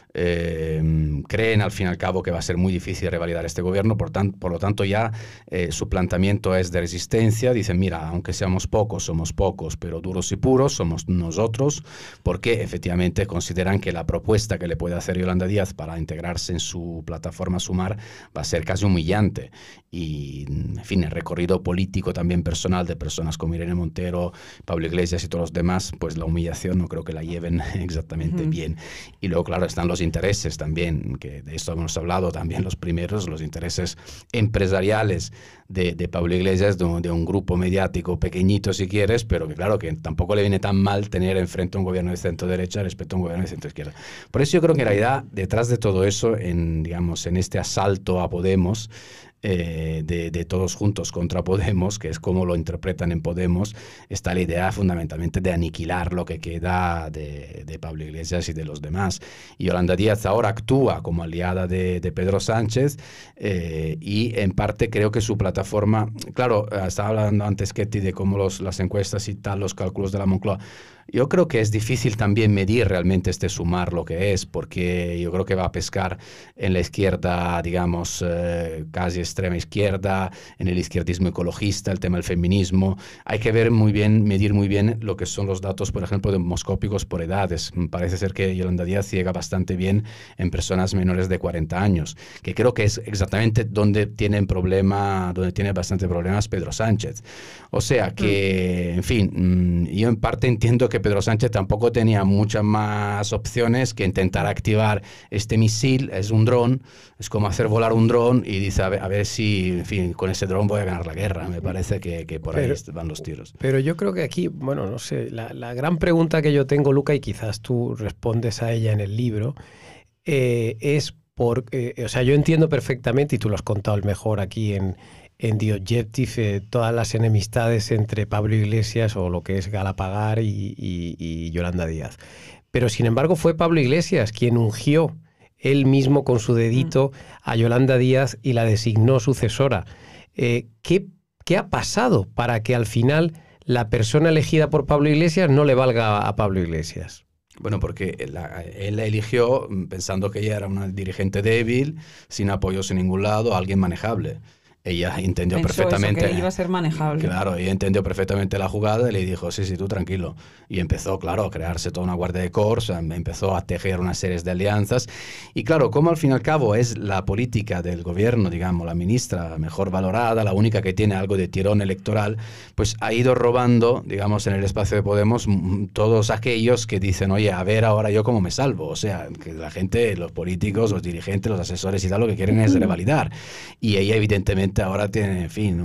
Creen al fin y al cabo que va a ser muy difícil revalidar este gobierno, por lo tanto ya su planteamiento es de resistencia. Dicen, mira, aunque seamos pocos, somos pocos, pero duros y puros somos nosotros, porque efectivamente consideran que la propuesta que le puede hacer Yolanda Díaz para integrarse en su plataforma Sumar va a ser casi humillante. Y, en fin, el recorrido político también personal de personas como Irene Montero, Pablo Iglesias y todos los demás, pues la humillación no creo que la lleven exactamente bien. Y luego, claro, están los intereses también, que de esto hemos hablado también los primeros, los intereses empresariales de Pablo Iglesias, de un grupo mediático pequeñito si quieres, pero que claro que tampoco le viene tan mal tener enfrente a un gobierno de centro-derecha respecto a un gobierno de centro-izquierda. Por eso yo creo que en realidad detrás de todo eso, digamos, en este asalto a Podemos, de todos juntos contra Podemos, que es como lo interpretan en Podemos, está la idea fundamentalmente de aniquilar lo que queda de Pablo Iglesias y de los demás. Y Yolanda Díaz ahora actúa como aliada de Pedro Sánchez y en parte creo que su plataforma, claro, estaba hablando antes Ketty de cómo las encuestas y tal, los cálculos de la Moncloa. Yo creo que es difícil también medir realmente este sumar lo que es, porque yo creo que va a pescar en la izquierda, digamos, casi extrema izquierda, en el izquierdismo ecologista, el tema del feminismo. Hay que ver muy bien, medir muy bien lo que son los datos, por ejemplo, demoscópicos por edades. Parece ser que Yolanda Díaz llega bastante bien en personas menores de 40 años, que creo que es exactamente donde tiene bastante problemas Pedro Sánchez. O sea que, en fin, yo en parte entiendo que Pedro Sánchez tampoco tenía muchas más opciones que intentar activar este misil. Es un dron, es como hacer volar un dron y dice, a ver si, en fin, con ese dron voy a ganar la guerra. Me parece que por ahí van los tiros. Pero yo creo que aquí, bueno, no sé, la gran pregunta que yo tengo, Luca, y quizás tú respondes a ella en el libro, es o sea, yo entiendo perfectamente, y tú lo has contado el mejor aquí en The Objective, todas las enemistades entre Pablo Iglesias o lo que es Galapagar y Yolanda Díaz. Pero sin embargo fue Pablo Iglesias quien ungió él mismo con su dedito a Yolanda Díaz y la designó sucesora. ¿Qué ha pasado para que al final la persona elegida por Pablo Iglesias no le valga a Pablo Iglesias? Bueno, porque él la eligió pensando que ella era una dirigente débil, sin apoyos en ningún lado, alguien manejable. Ella entendió perfectamente. Que iba a ser manejable. Claro, ella entendió perfectamente la jugada y le dijo, sí, tú tranquilo. Y empezó, claro, a crearse toda una guardia de corps, empezó a tejer una serie de alianzas. Y claro, como al fin y al cabo es la política del gobierno, digamos, la ministra mejor valorada, la única que tiene algo de tirón electoral, pues ha ido robando, digamos, en el espacio de Podemos todos aquellos que dicen, oye, a ver ahora yo cómo me salvo. O sea, que la gente, los políticos, los dirigentes, los asesores y tal, lo que quieren es revalidar. Y ella evidentemente ahora tiene, en fin,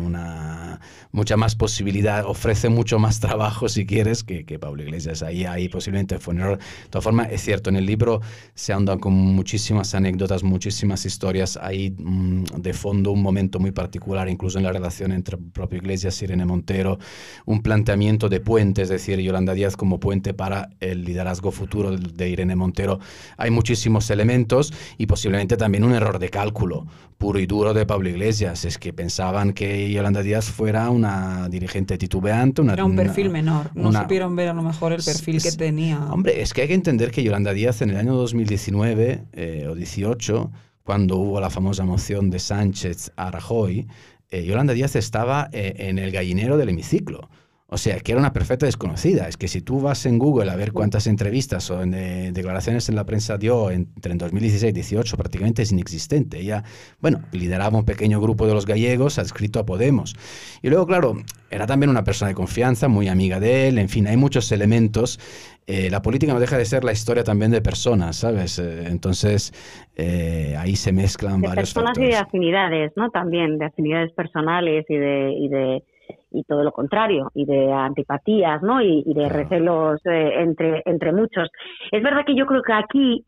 mucha más posibilidad, ofrece mucho más trabajo, si quieres, que Pablo Iglesias. Ahí posiblemente fue un error. De todas formas, es cierto, en el libro se andan con muchísimas anécdotas, muchísimas historias. Hay de fondo un momento muy particular, incluso en la relación entre el propio Iglesias y Irene Montero, un planteamiento de puente, es decir, Yolanda Díaz como puente para el liderazgo futuro de Irene Montero. Hay muchísimos elementos y posiblemente también un error de cálculo puro y duro de Pablo Iglesias. Es que pensaban que Yolanda Díaz fuera una dirigente titubeante. Era un perfil menor. No supieron ver a lo mejor el perfil que tenía. Hombre, es que hay que entender que Yolanda Díaz en el año 2019 o 18, cuando hubo la famosa moción de Sánchez a Rajoy, Yolanda Díaz estaba en el gallinero del hemiciclo. O sea, que era una perfecta desconocida. Es que si tú vas en Google a ver cuántas entrevistas o declaraciones en la prensa dio entre 2016 y 2018, prácticamente es inexistente. Ella, bueno, lideraba un pequeño grupo de los gallegos adscrito a Podemos. Y luego, claro, era también una persona de confianza, muy amiga de él. En fin, hay muchos elementos. La política no deja de ser la historia también de personas, ¿sabes? Entonces, ahí se mezclan varios factores. De personas y de afinidades, ¿no? También, de afinidades personales y todo lo contrario, y de antipatías, ¿no? Y de recelos entre muchos. Es verdad que yo creo que aquí,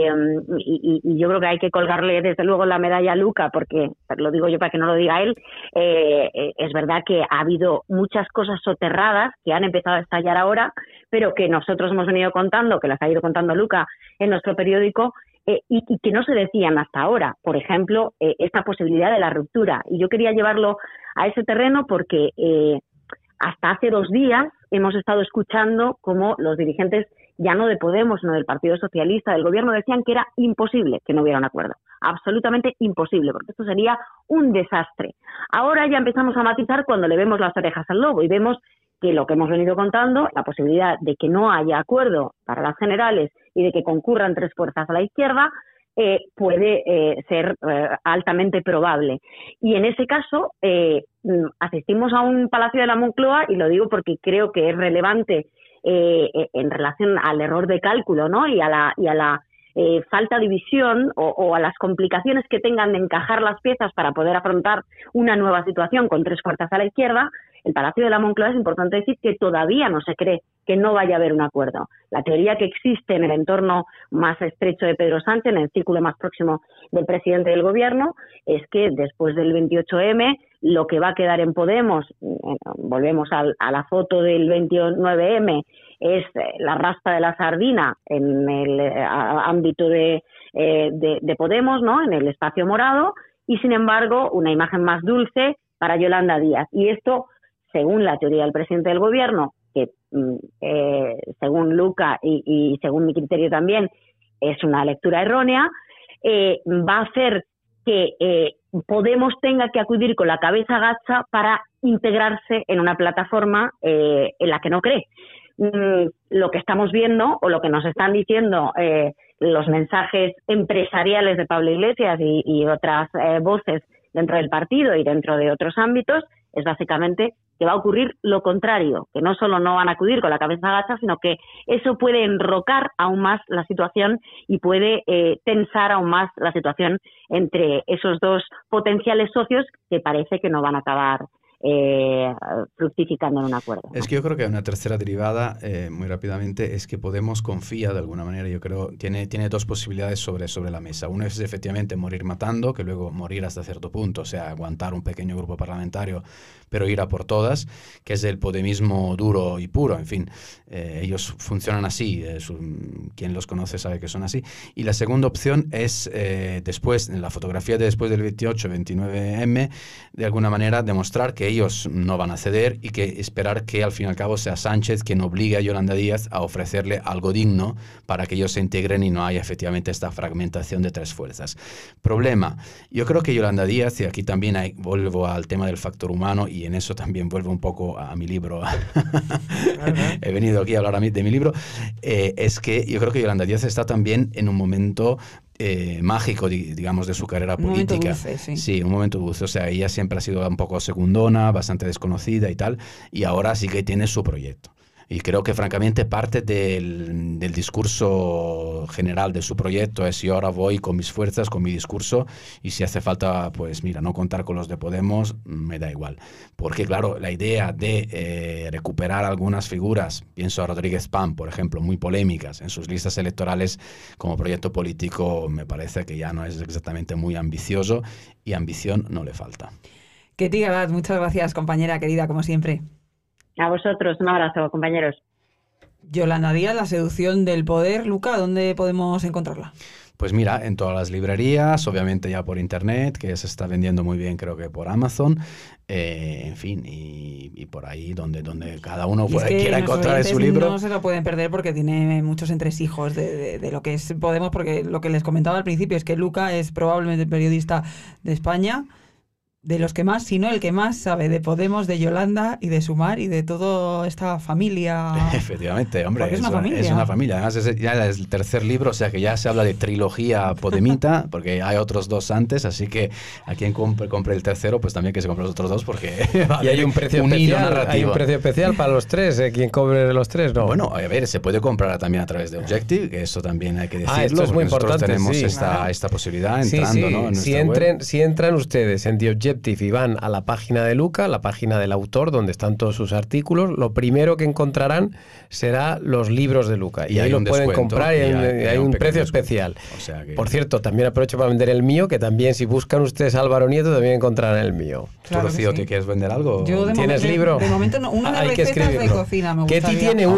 y yo creo que hay que colgarle desde luego la medalla a Luca, porque lo digo yo para que no lo diga él, es verdad que ha habido muchas cosas soterradas que han empezado a estallar ahora, pero que nosotros hemos venido contando, que las ha ido contando Luca en nuestro periódico, y que no se decían hasta ahora. Por ejemplo, esta posibilidad de la ruptura. Y yo quería llevarlo a ese terreno porque hasta hace 2 días hemos estado escuchando cómo los dirigentes, ya no de Podemos, sino del Partido Socialista, del Gobierno, decían que era imposible que no hubiera un acuerdo. Absolutamente imposible, porque esto sería un desastre. Ahora ya empezamos a matizar cuando le vemos las orejas al lobo y vemos que lo que hemos venido contando, la posibilidad de que no haya acuerdo para las generales y de que concurran 3 fuerzas a la izquierda, puede ser altamente probable. Y en ese caso asistimos a un Palacio de la Moncloa, y lo digo porque creo que es relevante en relación al error de cálculo, ¿no? y a la falta de visión o a las complicaciones que tengan de encajar las piezas para poder afrontar una nueva situación con 3 fuerzas a la izquierda. el Palacio de la Moncloa, es importante decir que todavía no se cree que no vaya a haber un acuerdo. La teoría que existe en el entorno más estrecho de Pedro Sánchez, en el círculo más próximo del presidente del gobierno, es que después del 28M, lo que va a quedar en Podemos, volvemos a la foto del 29M, es la raspa de la sardina en el ámbito de Podemos, ¿no?, en el espacio morado, y sin embargo una imagen más dulce para Yolanda Díaz. Y esto, según la teoría del presidente del gobierno, que según Luca y según mi criterio también es una lectura errónea, va a hacer que Podemos tenga que acudir con la cabeza gacha para integrarse en una plataforma en la que no cree. Lo que estamos viendo, o lo que nos están diciendo los mensajes empresariales de Pablo Iglesias y otras voces dentro del partido y dentro de otros ámbitos, es básicamente que va a ocurrir lo contrario, que no solo no van a acudir con la cabeza gacha, sino que eso puede enrocar aún más la situación y puede tensar aún más la situación entre esos dos potenciales socios que parece que no van a acabar fructificando en un acuerdo, ¿no? Es que yo creo que hay una tercera derivada, muy rápidamente, es que Podemos confía de alguna manera, yo creo, tiene dos posibilidades sobre la mesa. Una es efectivamente morir matando, que luego morir hasta cierto punto, o sea, aguantar un pequeño grupo parlamentario, pero ir a por todas, que es el podemismo duro y puro, en fin, ellos funcionan así, quien los conoce sabe que son así. Y la segunda opción es, después, en la fotografía de después del 28-29M, de alguna manera demostrar que ellos no van a ceder y que esperar que al fin y al cabo sea Sánchez quien obligue a Yolanda Díaz a ofrecerle algo digno para que ellos se integren y no haya efectivamente esta fragmentación de tres fuerzas. Problema, yo creo que Yolanda Díaz, y aquí también vuelvo al tema del factor humano y en eso también vuelvo un poco a mi libro, he venido aquí a hablar de mi libro, es que yo creo que Yolanda Díaz está también en un momento mágico, digamos, de su carrera política. Un momento dulce, sí. Sí, un momento dulce. O sea, ella siempre ha sido un poco secundona, bastante desconocida y tal, y ahora sí que tiene su proyecto. Y creo que, francamente, parte del discurso general de su proyecto es: yo ahora voy con mis fuerzas, con mi discurso, y si hace falta, pues mira, no contar con los de Podemos, me da igual. Porque, claro, la idea de recuperar algunas figuras, pienso a Rodríguez Pam, por ejemplo, muy polémicas en sus listas electorales como proyecto político, me parece que ya no es exactamente muy ambicioso, y ambición no le falta. Ketty Garat, muchas gracias, compañera querida, como siempre. A vosotros, un abrazo, compañeros. Yolanda Díaz, la seducción del poder. Luca, ¿dónde podemos encontrarla? Pues mira, en todas las librerías, obviamente ya por internet, que se está vendiendo muy bien, creo que por Amazon, en fin, y por ahí donde cada uno quiera encontrar su libro. No se lo pueden perder porque tiene muchos entresijos de lo que es Podemos, porque lo que les comentaba al principio es que Luca es probablemente el periodista de España, de los que más, si no el que más sabe de Podemos, de Yolanda y de Sumar y de toda esta familia. Efectivamente, hombre, porque es una familia. Es una familia. Además, ya es el tercer libro, o sea que ya se habla de trilogía podemita, porque hay otros dos antes, así que a quien compre el tercero, pues también que se compre los otros dos, porque y hay un precio especial. Hay un precio especial para los tres, quien cobre los tres, ¿no? Bueno, a ver, se puede comprar también a través de Objective, que eso también hay que decirlo. Esto es muy importante. Nosotros tenemos sí. esta posibilidad entrando, sí. ¿no? En Si entran ustedes en The Objective y van a la página de Luca, la página del autor, donde están todos sus artículos, lo primero que encontrarán será los libros de Luca. Y ahí lo pueden comprar y hay un precio especial. O sea que... Por cierto, también aprovecho para vender el mío, que también si buscan ustedes Álvaro Nieto, también encontrarán el mío. Claro, ¿Tú, Rocío, sí. te quieres vender algo? ¿Tienes libro? De momento no. Una de recetas de cocina me gustaría. Ketty tiene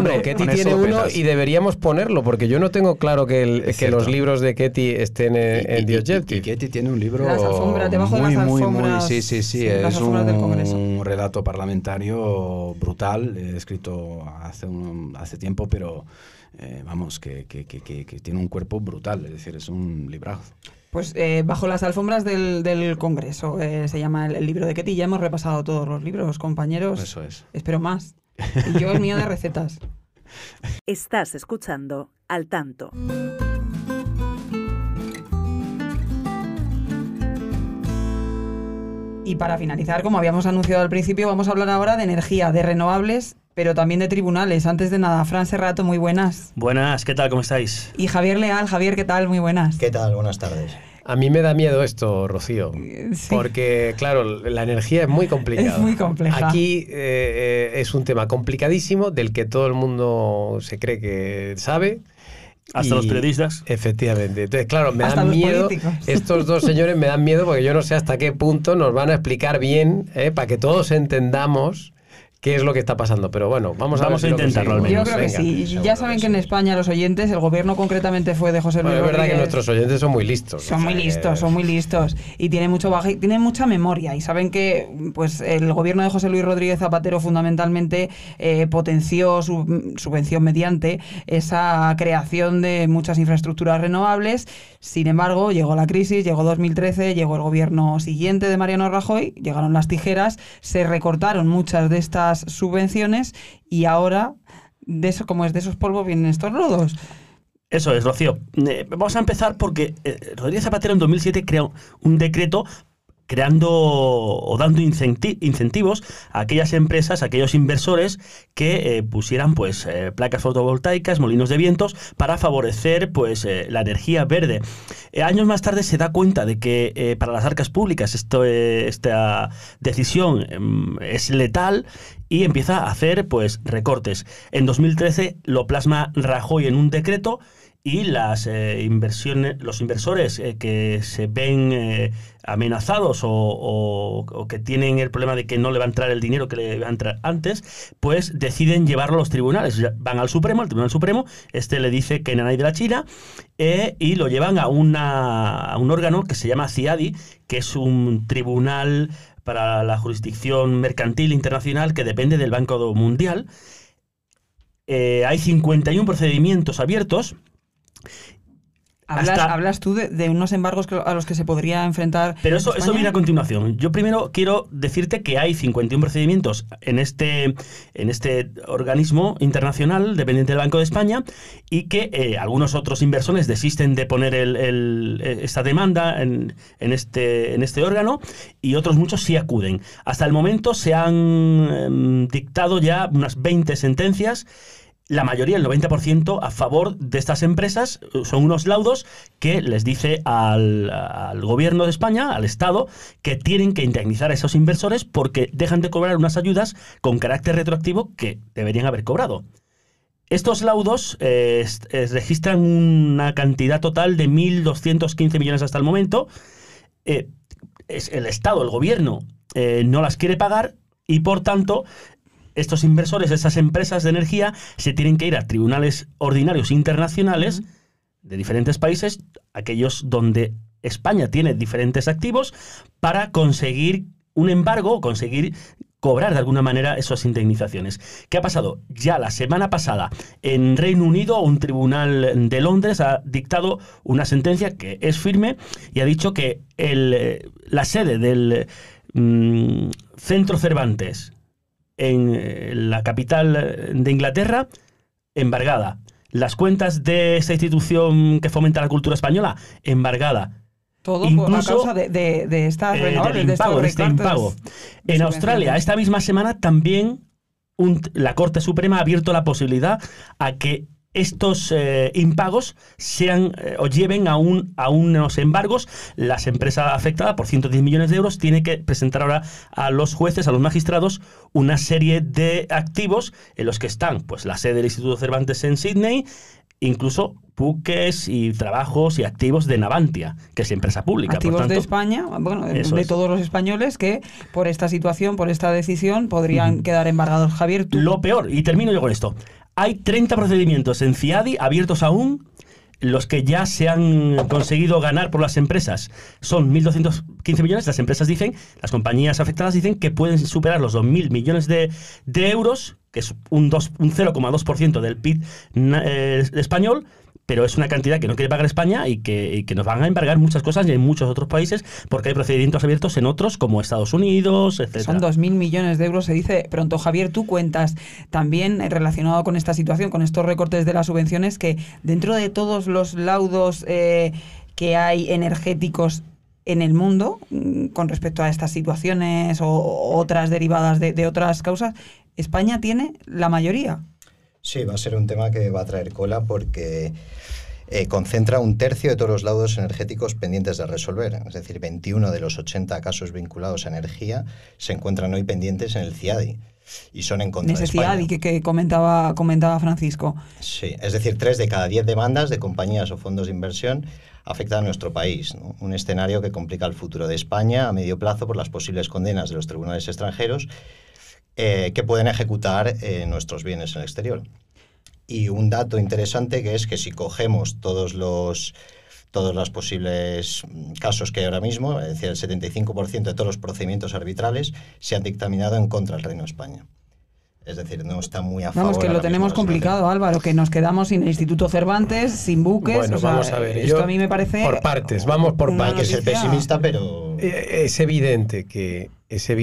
uno y deberíamos ponerlo, porque yo no tengo claro que los libros de Ketty estén en The Objective. Y Ketty tiene un libro las alfombras, debajo de las alfombras, muy, sí, es del Congreso. Un relato parlamentario brutal, escrito hace tiempo, pero vamos, que tiene un cuerpo brutal, es decir, es un librazo. Pues bajo las alfombras del Congreso se llama el libro de Ketty. Ya hemos repasado todos los libros, compañeros. Eso es. Espero más. Y yo el mío de recetas. Estás escuchando Al Tanto. Y para finalizar, como habíamos anunciado al principio, vamos a hablar ahora de energía, de renovables, pero también de tribunales. Antes de nada, Fran Serrato, muy buenas. Buenas, ¿qué tal? ¿Cómo estáis? Y Javier Leal. Javier, ¿qué tal? Muy buenas. ¿Qué tal? Buenas tardes. A mí me da miedo esto, Rocío, porque, claro, la energía es muy complicada. Es muy compleja. Aquí es un tema complicadísimo del que todo el mundo se cree que sabe. Hasta los periodistas. Efectivamente. Entonces, claro, me hasta dan los miedo. políticos. Estos dos señores me dan miedo porque yo no sé hasta qué punto nos van a explicar bien, para que todos entendamos qué es lo que está pasando. Pero bueno, vamos a intentarlo al Yo menos. creo que sí. Ya saben que en España los oyentes, el gobierno concretamente fue de José Luis Bueno, es verdad Rodríguez. que nuestros oyentes son muy listos. Son muy listos y tienen mucha memoria y saben que pues el gobierno de José Luis Rodríguez Zapatero fundamentalmente potenció su subvención mediante esa creación de muchas infraestructuras renovables. Sin embargo, llegó la crisis, llegó 2013, llegó el gobierno siguiente de Mariano Rajoy, llegaron las tijeras, se recortaron muchas de estas subvenciones y ahora de eso, como es de esos polvos, vienen estos lodos. Eso es, Rocío. Vamos a empezar porque Rodríguez Zapatero en 2007 creó un decreto creando o dando incentivos a aquellas empresas, a aquellos inversores que pusieran pues placas fotovoltaicas, molinos de vientos para favorecer pues la energía verde. Años más tarde se da cuenta de que para las arcas públicas esta decisión es letal y empieza a hacer pues recortes. En 2013 lo plasma Rajoy en un decreto y los inversores que se ven amenazados o que tienen el problema de que no le va a entrar el dinero que le va a entrar antes, pues deciden llevarlo a los tribunales. Van al Supremo, al Tribunal Supremo, le dice que nanay de la China y lo llevan a un órgano que se llama CIADI, que es un tribunal para la jurisdicción mercantil internacional que depende del Banco Mundial. Hay 51 procedimientos abiertos. Hablas tú de unos embargos a los que se podría enfrentar. Pero eso viene a continuación. Yo primero quiero decirte que hay 51 procedimientos en este organismo internacional dependiente del Banco de España y que algunos otros inversores desisten de poner esta demanda en este órgano y otros muchos sí acuden. Hasta el momento se han dictado ya unas 20 sentencias. La mayoría, el 90%, a favor de estas empresas. Son unos laudos que les dice al gobierno de España, al Estado, que tienen que indemnizar a esos inversores porque dejan de cobrar unas ayudas con carácter retroactivo que deberían haber cobrado. Estos laudos registran una cantidad total de 1.215 millones hasta el momento. El Estado, el gobierno, no las quiere pagar y, por tanto, estos inversores, estas empresas de energía, se tienen que ir a tribunales ordinarios internacionales de diferentes países, aquellos donde España tiene diferentes activos, para conseguir un embargo o conseguir cobrar de alguna manera esas indemnizaciones. ¿Qué ha pasado? Ya la semana pasada en Reino Unido un tribunal de Londres ha dictado una sentencia que es firme y ha dicho que la sede del Centro Cervantes en la capital de Inglaterra, embargada. Las cuentas de esa institución que fomenta la cultura española, embargada. Todo incluso a causa de estas renovables, de este impago. En Australia, esta misma semana, también la Corte Suprema ha abierto la posibilidad a que estos impagos sean o lleven a unos embargos. Las empresas afectadas por 110 millones de euros tienen que presentar ahora a los jueces, a los magistrados, una serie de activos en los que están pues la sede del Instituto Cervantes en Sydney, incluso buques y trabajos y activos de Navantia, que es empresa pública. Activos por tanto, de España, bueno, de todos los españoles que por esta situación, por esta decisión, podrían quedar embargados. Javier, tú... Lo peor, y termino yo con esto, hay 30 procedimientos en CIADI abiertos aún. Los que ya se han conseguido ganar por las empresas son 1.215 millones. Las empresas dicen, las compañías afectadas dicen que pueden superar los 2.000 millones de euros, que es un 0,2% del PIB español, pero es una cantidad que no quiere pagar España y que nos van a embargar muchas cosas y en muchos otros países porque hay procedimientos abiertos en otros como Estados Unidos, etc. Son 2.000 millones de euros, se dice pronto. Javier, tú cuentas también relacionado con esta situación, con estos recortes de las subvenciones, que dentro de todos los laudos que hay energéticos en el mundo con respecto a estas situaciones o otras derivadas de otras causas, España tiene la mayoría. Sí, va a ser un tema que va a traer cola porque concentra 1/3 de todos los laudos energéticos pendientes de resolver. Es decir, 21 de los 80 casos vinculados a energía se encuentran hoy pendientes en el CIADI. Y son en contra de España. Necesidad que comentaba Francisco. Sí, es decir, 3 de cada 10 demandas de compañías o fondos de inversión afectan a nuestro país, ¿no? Un escenario que complica el futuro de España a medio plazo por las posibles condenas de los tribunales extranjeros que pueden ejecutar nuestros bienes en el exterior. Y un dato interesante que es que si cogemos todos los posibles casos que hay ahora mismo, es decir, el 75% de todos los procedimientos arbitrales se han dictaminado en contra del Reino de España. Es decir, no está muy a favor. Vamos, que lo tenemos complicado, Álvaro, que nos quedamos sin el Instituto Cervantes, sin buques. Bueno, vamos a ver. Esto a mí me parece... Por partes, vamos por partes. Hay que ser pesimista, pero... Es evidente que,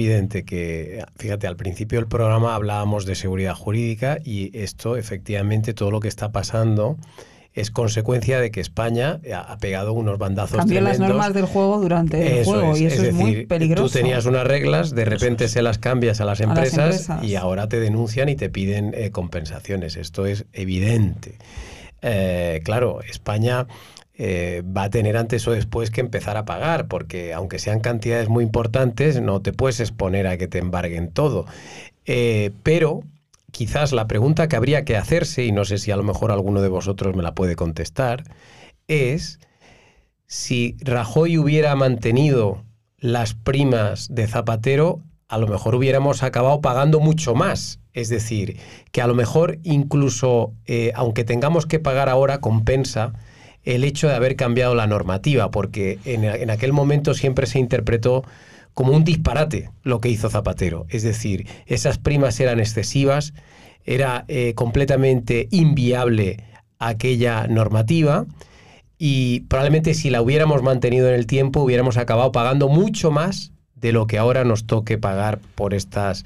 fíjate, al principio del programa hablábamos de seguridad jurídica y esto, efectivamente, todo lo que está pasando es consecuencia de que España ha pegado unos bandazos Cambió tremendos. Las normas del juego durante el juego y eso es muy peligroso. Tú tenías unas reglas, de repente se las cambias a las empresas y ahora te denuncian y te piden compensaciones. Esto es evidente. Claro, España va a tener antes o después que empezar a pagar, porque aunque sean cantidades muy importantes, no te puedes exponer a que te embarguen todo. Pero... quizás la pregunta que habría que hacerse, y no sé si a lo mejor alguno de vosotros me la puede contestar, es si Rajoy hubiera mantenido las primas de Zapatero, a lo mejor hubiéramos acabado pagando mucho más. Es decir, que a lo mejor incluso, aunque tengamos que pagar ahora, compensa el hecho de haber cambiado la normativa, porque en aquel momento siempre se interpretó como un disparate lo que hizo Zapatero. Es decir, esas primas eran excesivas, era completamente inviable aquella normativa y probablemente si la hubiéramos mantenido en el tiempo hubiéramos acabado pagando mucho más de lo que ahora nos toque pagar por estos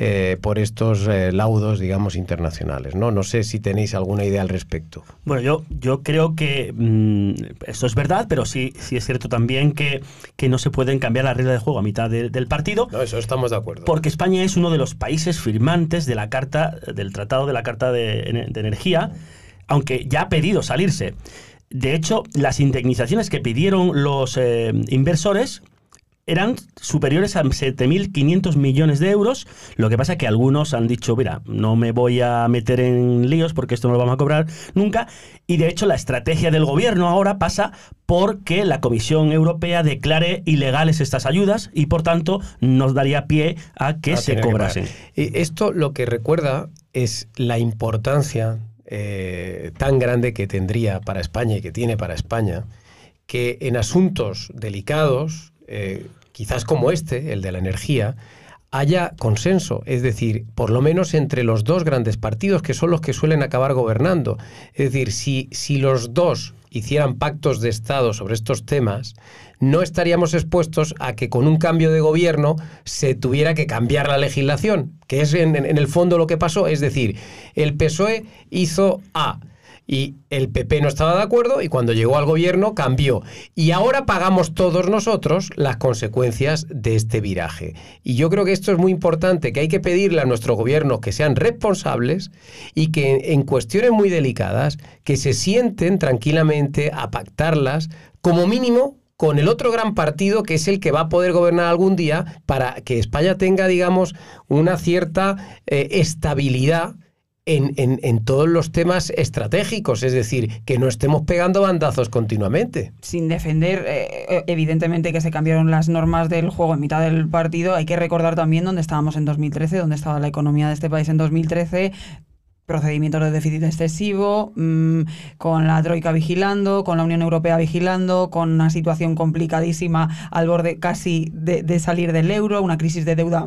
laudos, digamos, internacionales, ¿no? No sé si tenéis alguna idea al respecto. Bueno, yo creo que esto es verdad, pero sí es cierto también que no se pueden cambiar las reglas de juego a mitad del partido. No, eso estamos de acuerdo. Porque España es uno de los países firmantes de la del Tratado de la Carta de Energía, aunque ya ha pedido salirse. De hecho, las indemnizaciones que pidieron los inversores eran superiores a 7.500 millones de euros. Lo que pasa es que algunos han dicho, mira, no me voy a meter en líos porque esto no lo vamos a cobrar nunca. Y de hecho la estrategia del gobierno ahora pasa porque la Comisión Europea declare ilegales estas ayudas y por tanto nos daría pie a que se cobrasen. Esto lo que recuerda es la importancia tan grande que tendría para España y que tiene para España, que en asuntos delicados, quizás como el de la energía, haya consenso, es decir, por lo menos entre los dos grandes partidos que son los que suelen acabar gobernando. Es decir, si los dos hicieran pactos de Estado sobre estos temas, no estaríamos expuestos a que con un cambio de gobierno se tuviera que cambiar la legislación, que es en el fondo lo que pasó. Es decir, el PSOE hizo A, y el PP no estaba de acuerdo y cuando llegó al gobierno cambió. Y ahora pagamos todos nosotros las consecuencias de este viraje. Y yo creo que esto es muy importante, que hay que pedirle a nuestro gobierno que sean responsables y que en cuestiones muy delicadas que se sienten tranquilamente a pactarlas, como mínimo con el otro gran partido que es el que va a poder gobernar algún día para que España tenga, digamos, una cierta estabilidad en todos los temas estratégicos, es decir, que no estemos pegando bandazos continuamente. Sin defender, evidentemente, que se cambiaron las normas del juego en mitad del partido, hay que recordar también dónde estábamos en 2013, dónde estaba la economía de este país en 2013, procedimientos de déficit excesivo, con la Troika vigilando, con la Unión Europea vigilando, con una situación complicadísima al borde casi de salir del euro, una crisis de deuda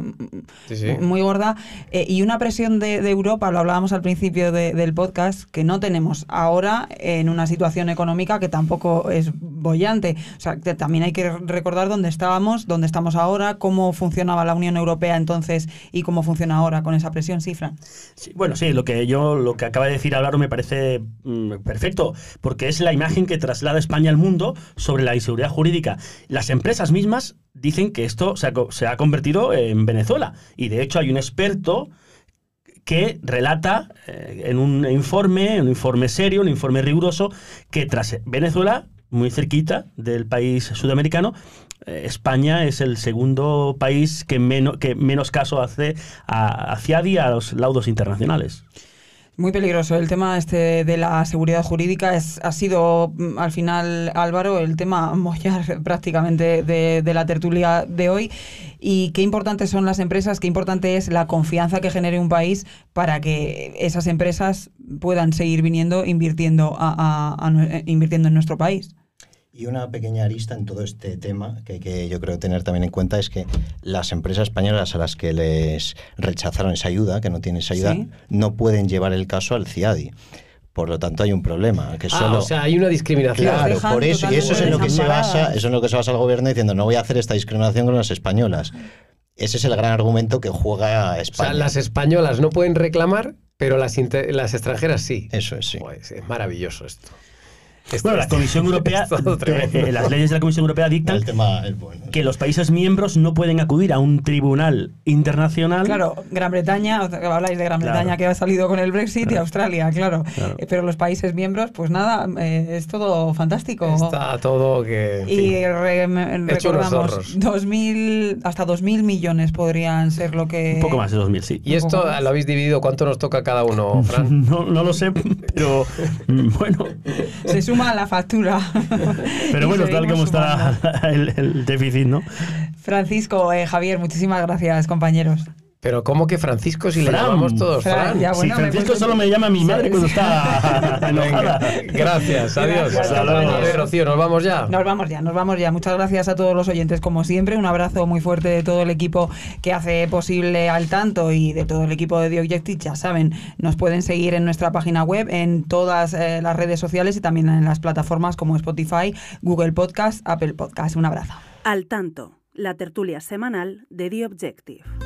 muy gorda, y una presión de Europa, lo hablábamos al principio del podcast, que no tenemos ahora en una situación económica que tampoco es boyante. O sea, que también hay que recordar dónde estábamos, dónde estamos ahora, cómo funcionaba la Unión Europea entonces y cómo funciona ahora con esa presión, ¿sí, Fran? Sí, bueno, sí, lo que acaba de decir Álvaro me parece perfecto, porque es la imagen que traslada España al mundo sobre la inseguridad jurídica. Las empresas mismas dicen que esto se ha convertido en Venezuela, y de hecho hay un experto que relata en un informe serio, un informe riguroso, que tras Venezuela, muy cerquita del país sudamericano, España es el segundo país que menos caso hace a CIADI, a los laudos internacionales. Muy peligroso el tema de la seguridad jurídica. Ha sido, al final, Álvaro, el tema mollar prácticamente de la tertulia de hoy. Y qué importantes son las empresas, qué importante es la confianza que genere un país para que esas empresas puedan seguir viniendo, invirtiendo en nuestro país. Y una pequeña arista en todo este tema que hay que, yo creo, tener también en cuenta es que las empresas españolas a las que les rechazaron esa ayuda, que no tienen esa ayuda, ¿sí?, no pueden llevar el caso al CIADI. Por lo tanto, hay un problema. Que solo... o sea, hay una discriminación. Claro, por eso. Y eso es en lo que se basa, el gobierno diciendo, no voy a hacer esta discriminación con las españolas. Ese es el gran argumento que juega España. O sea, las españolas no pueden reclamar, pero las extranjeras sí. Eso es, sí. Pues es maravilloso esto. Bueno, la Comisión Europea, las leyes de la Comisión Europea dictan que los países miembros no pueden acudir a un tribunal internacional. Claro, Gran Bretaña, habláis de Gran Bretaña, que ha salido con el Brexit, y Australia, claro. Pero los países miembros, pues nada, es todo fantástico. Está todo que... Y recordamos, hasta 2.000 millones podrían ser lo que... Un poco más de 2.000, sí. ¿Y esto lo habéis dividido? ¿Cuánto nos toca a cada uno, Fran? No lo sé, pero bueno... Se suma a la factura. Pero bueno, tal como está el déficit, ¿no? Francisco, Javier, muchísimas gracias, compañeros. Pero ¿cómo que Francisco si le llamamos todos Fran? Ya, bueno, sí, Francisco solo me llama mi madre cuando está enojada. Gracias, adiós. Hasta luego. Rocío, ¿nos vamos ya? Nos vamos ya. Muchas gracias a todos los oyentes, como siempre. Un abrazo muy fuerte de todo el equipo que hace posible Al Tanto y de todo el equipo de The Objective. Ya saben, nos pueden seguir en nuestra página web, en todas las redes sociales y también en las plataformas como Spotify, Google Podcast, Apple Podcast. Un abrazo. Al Tanto, la tertulia semanal de The Objective.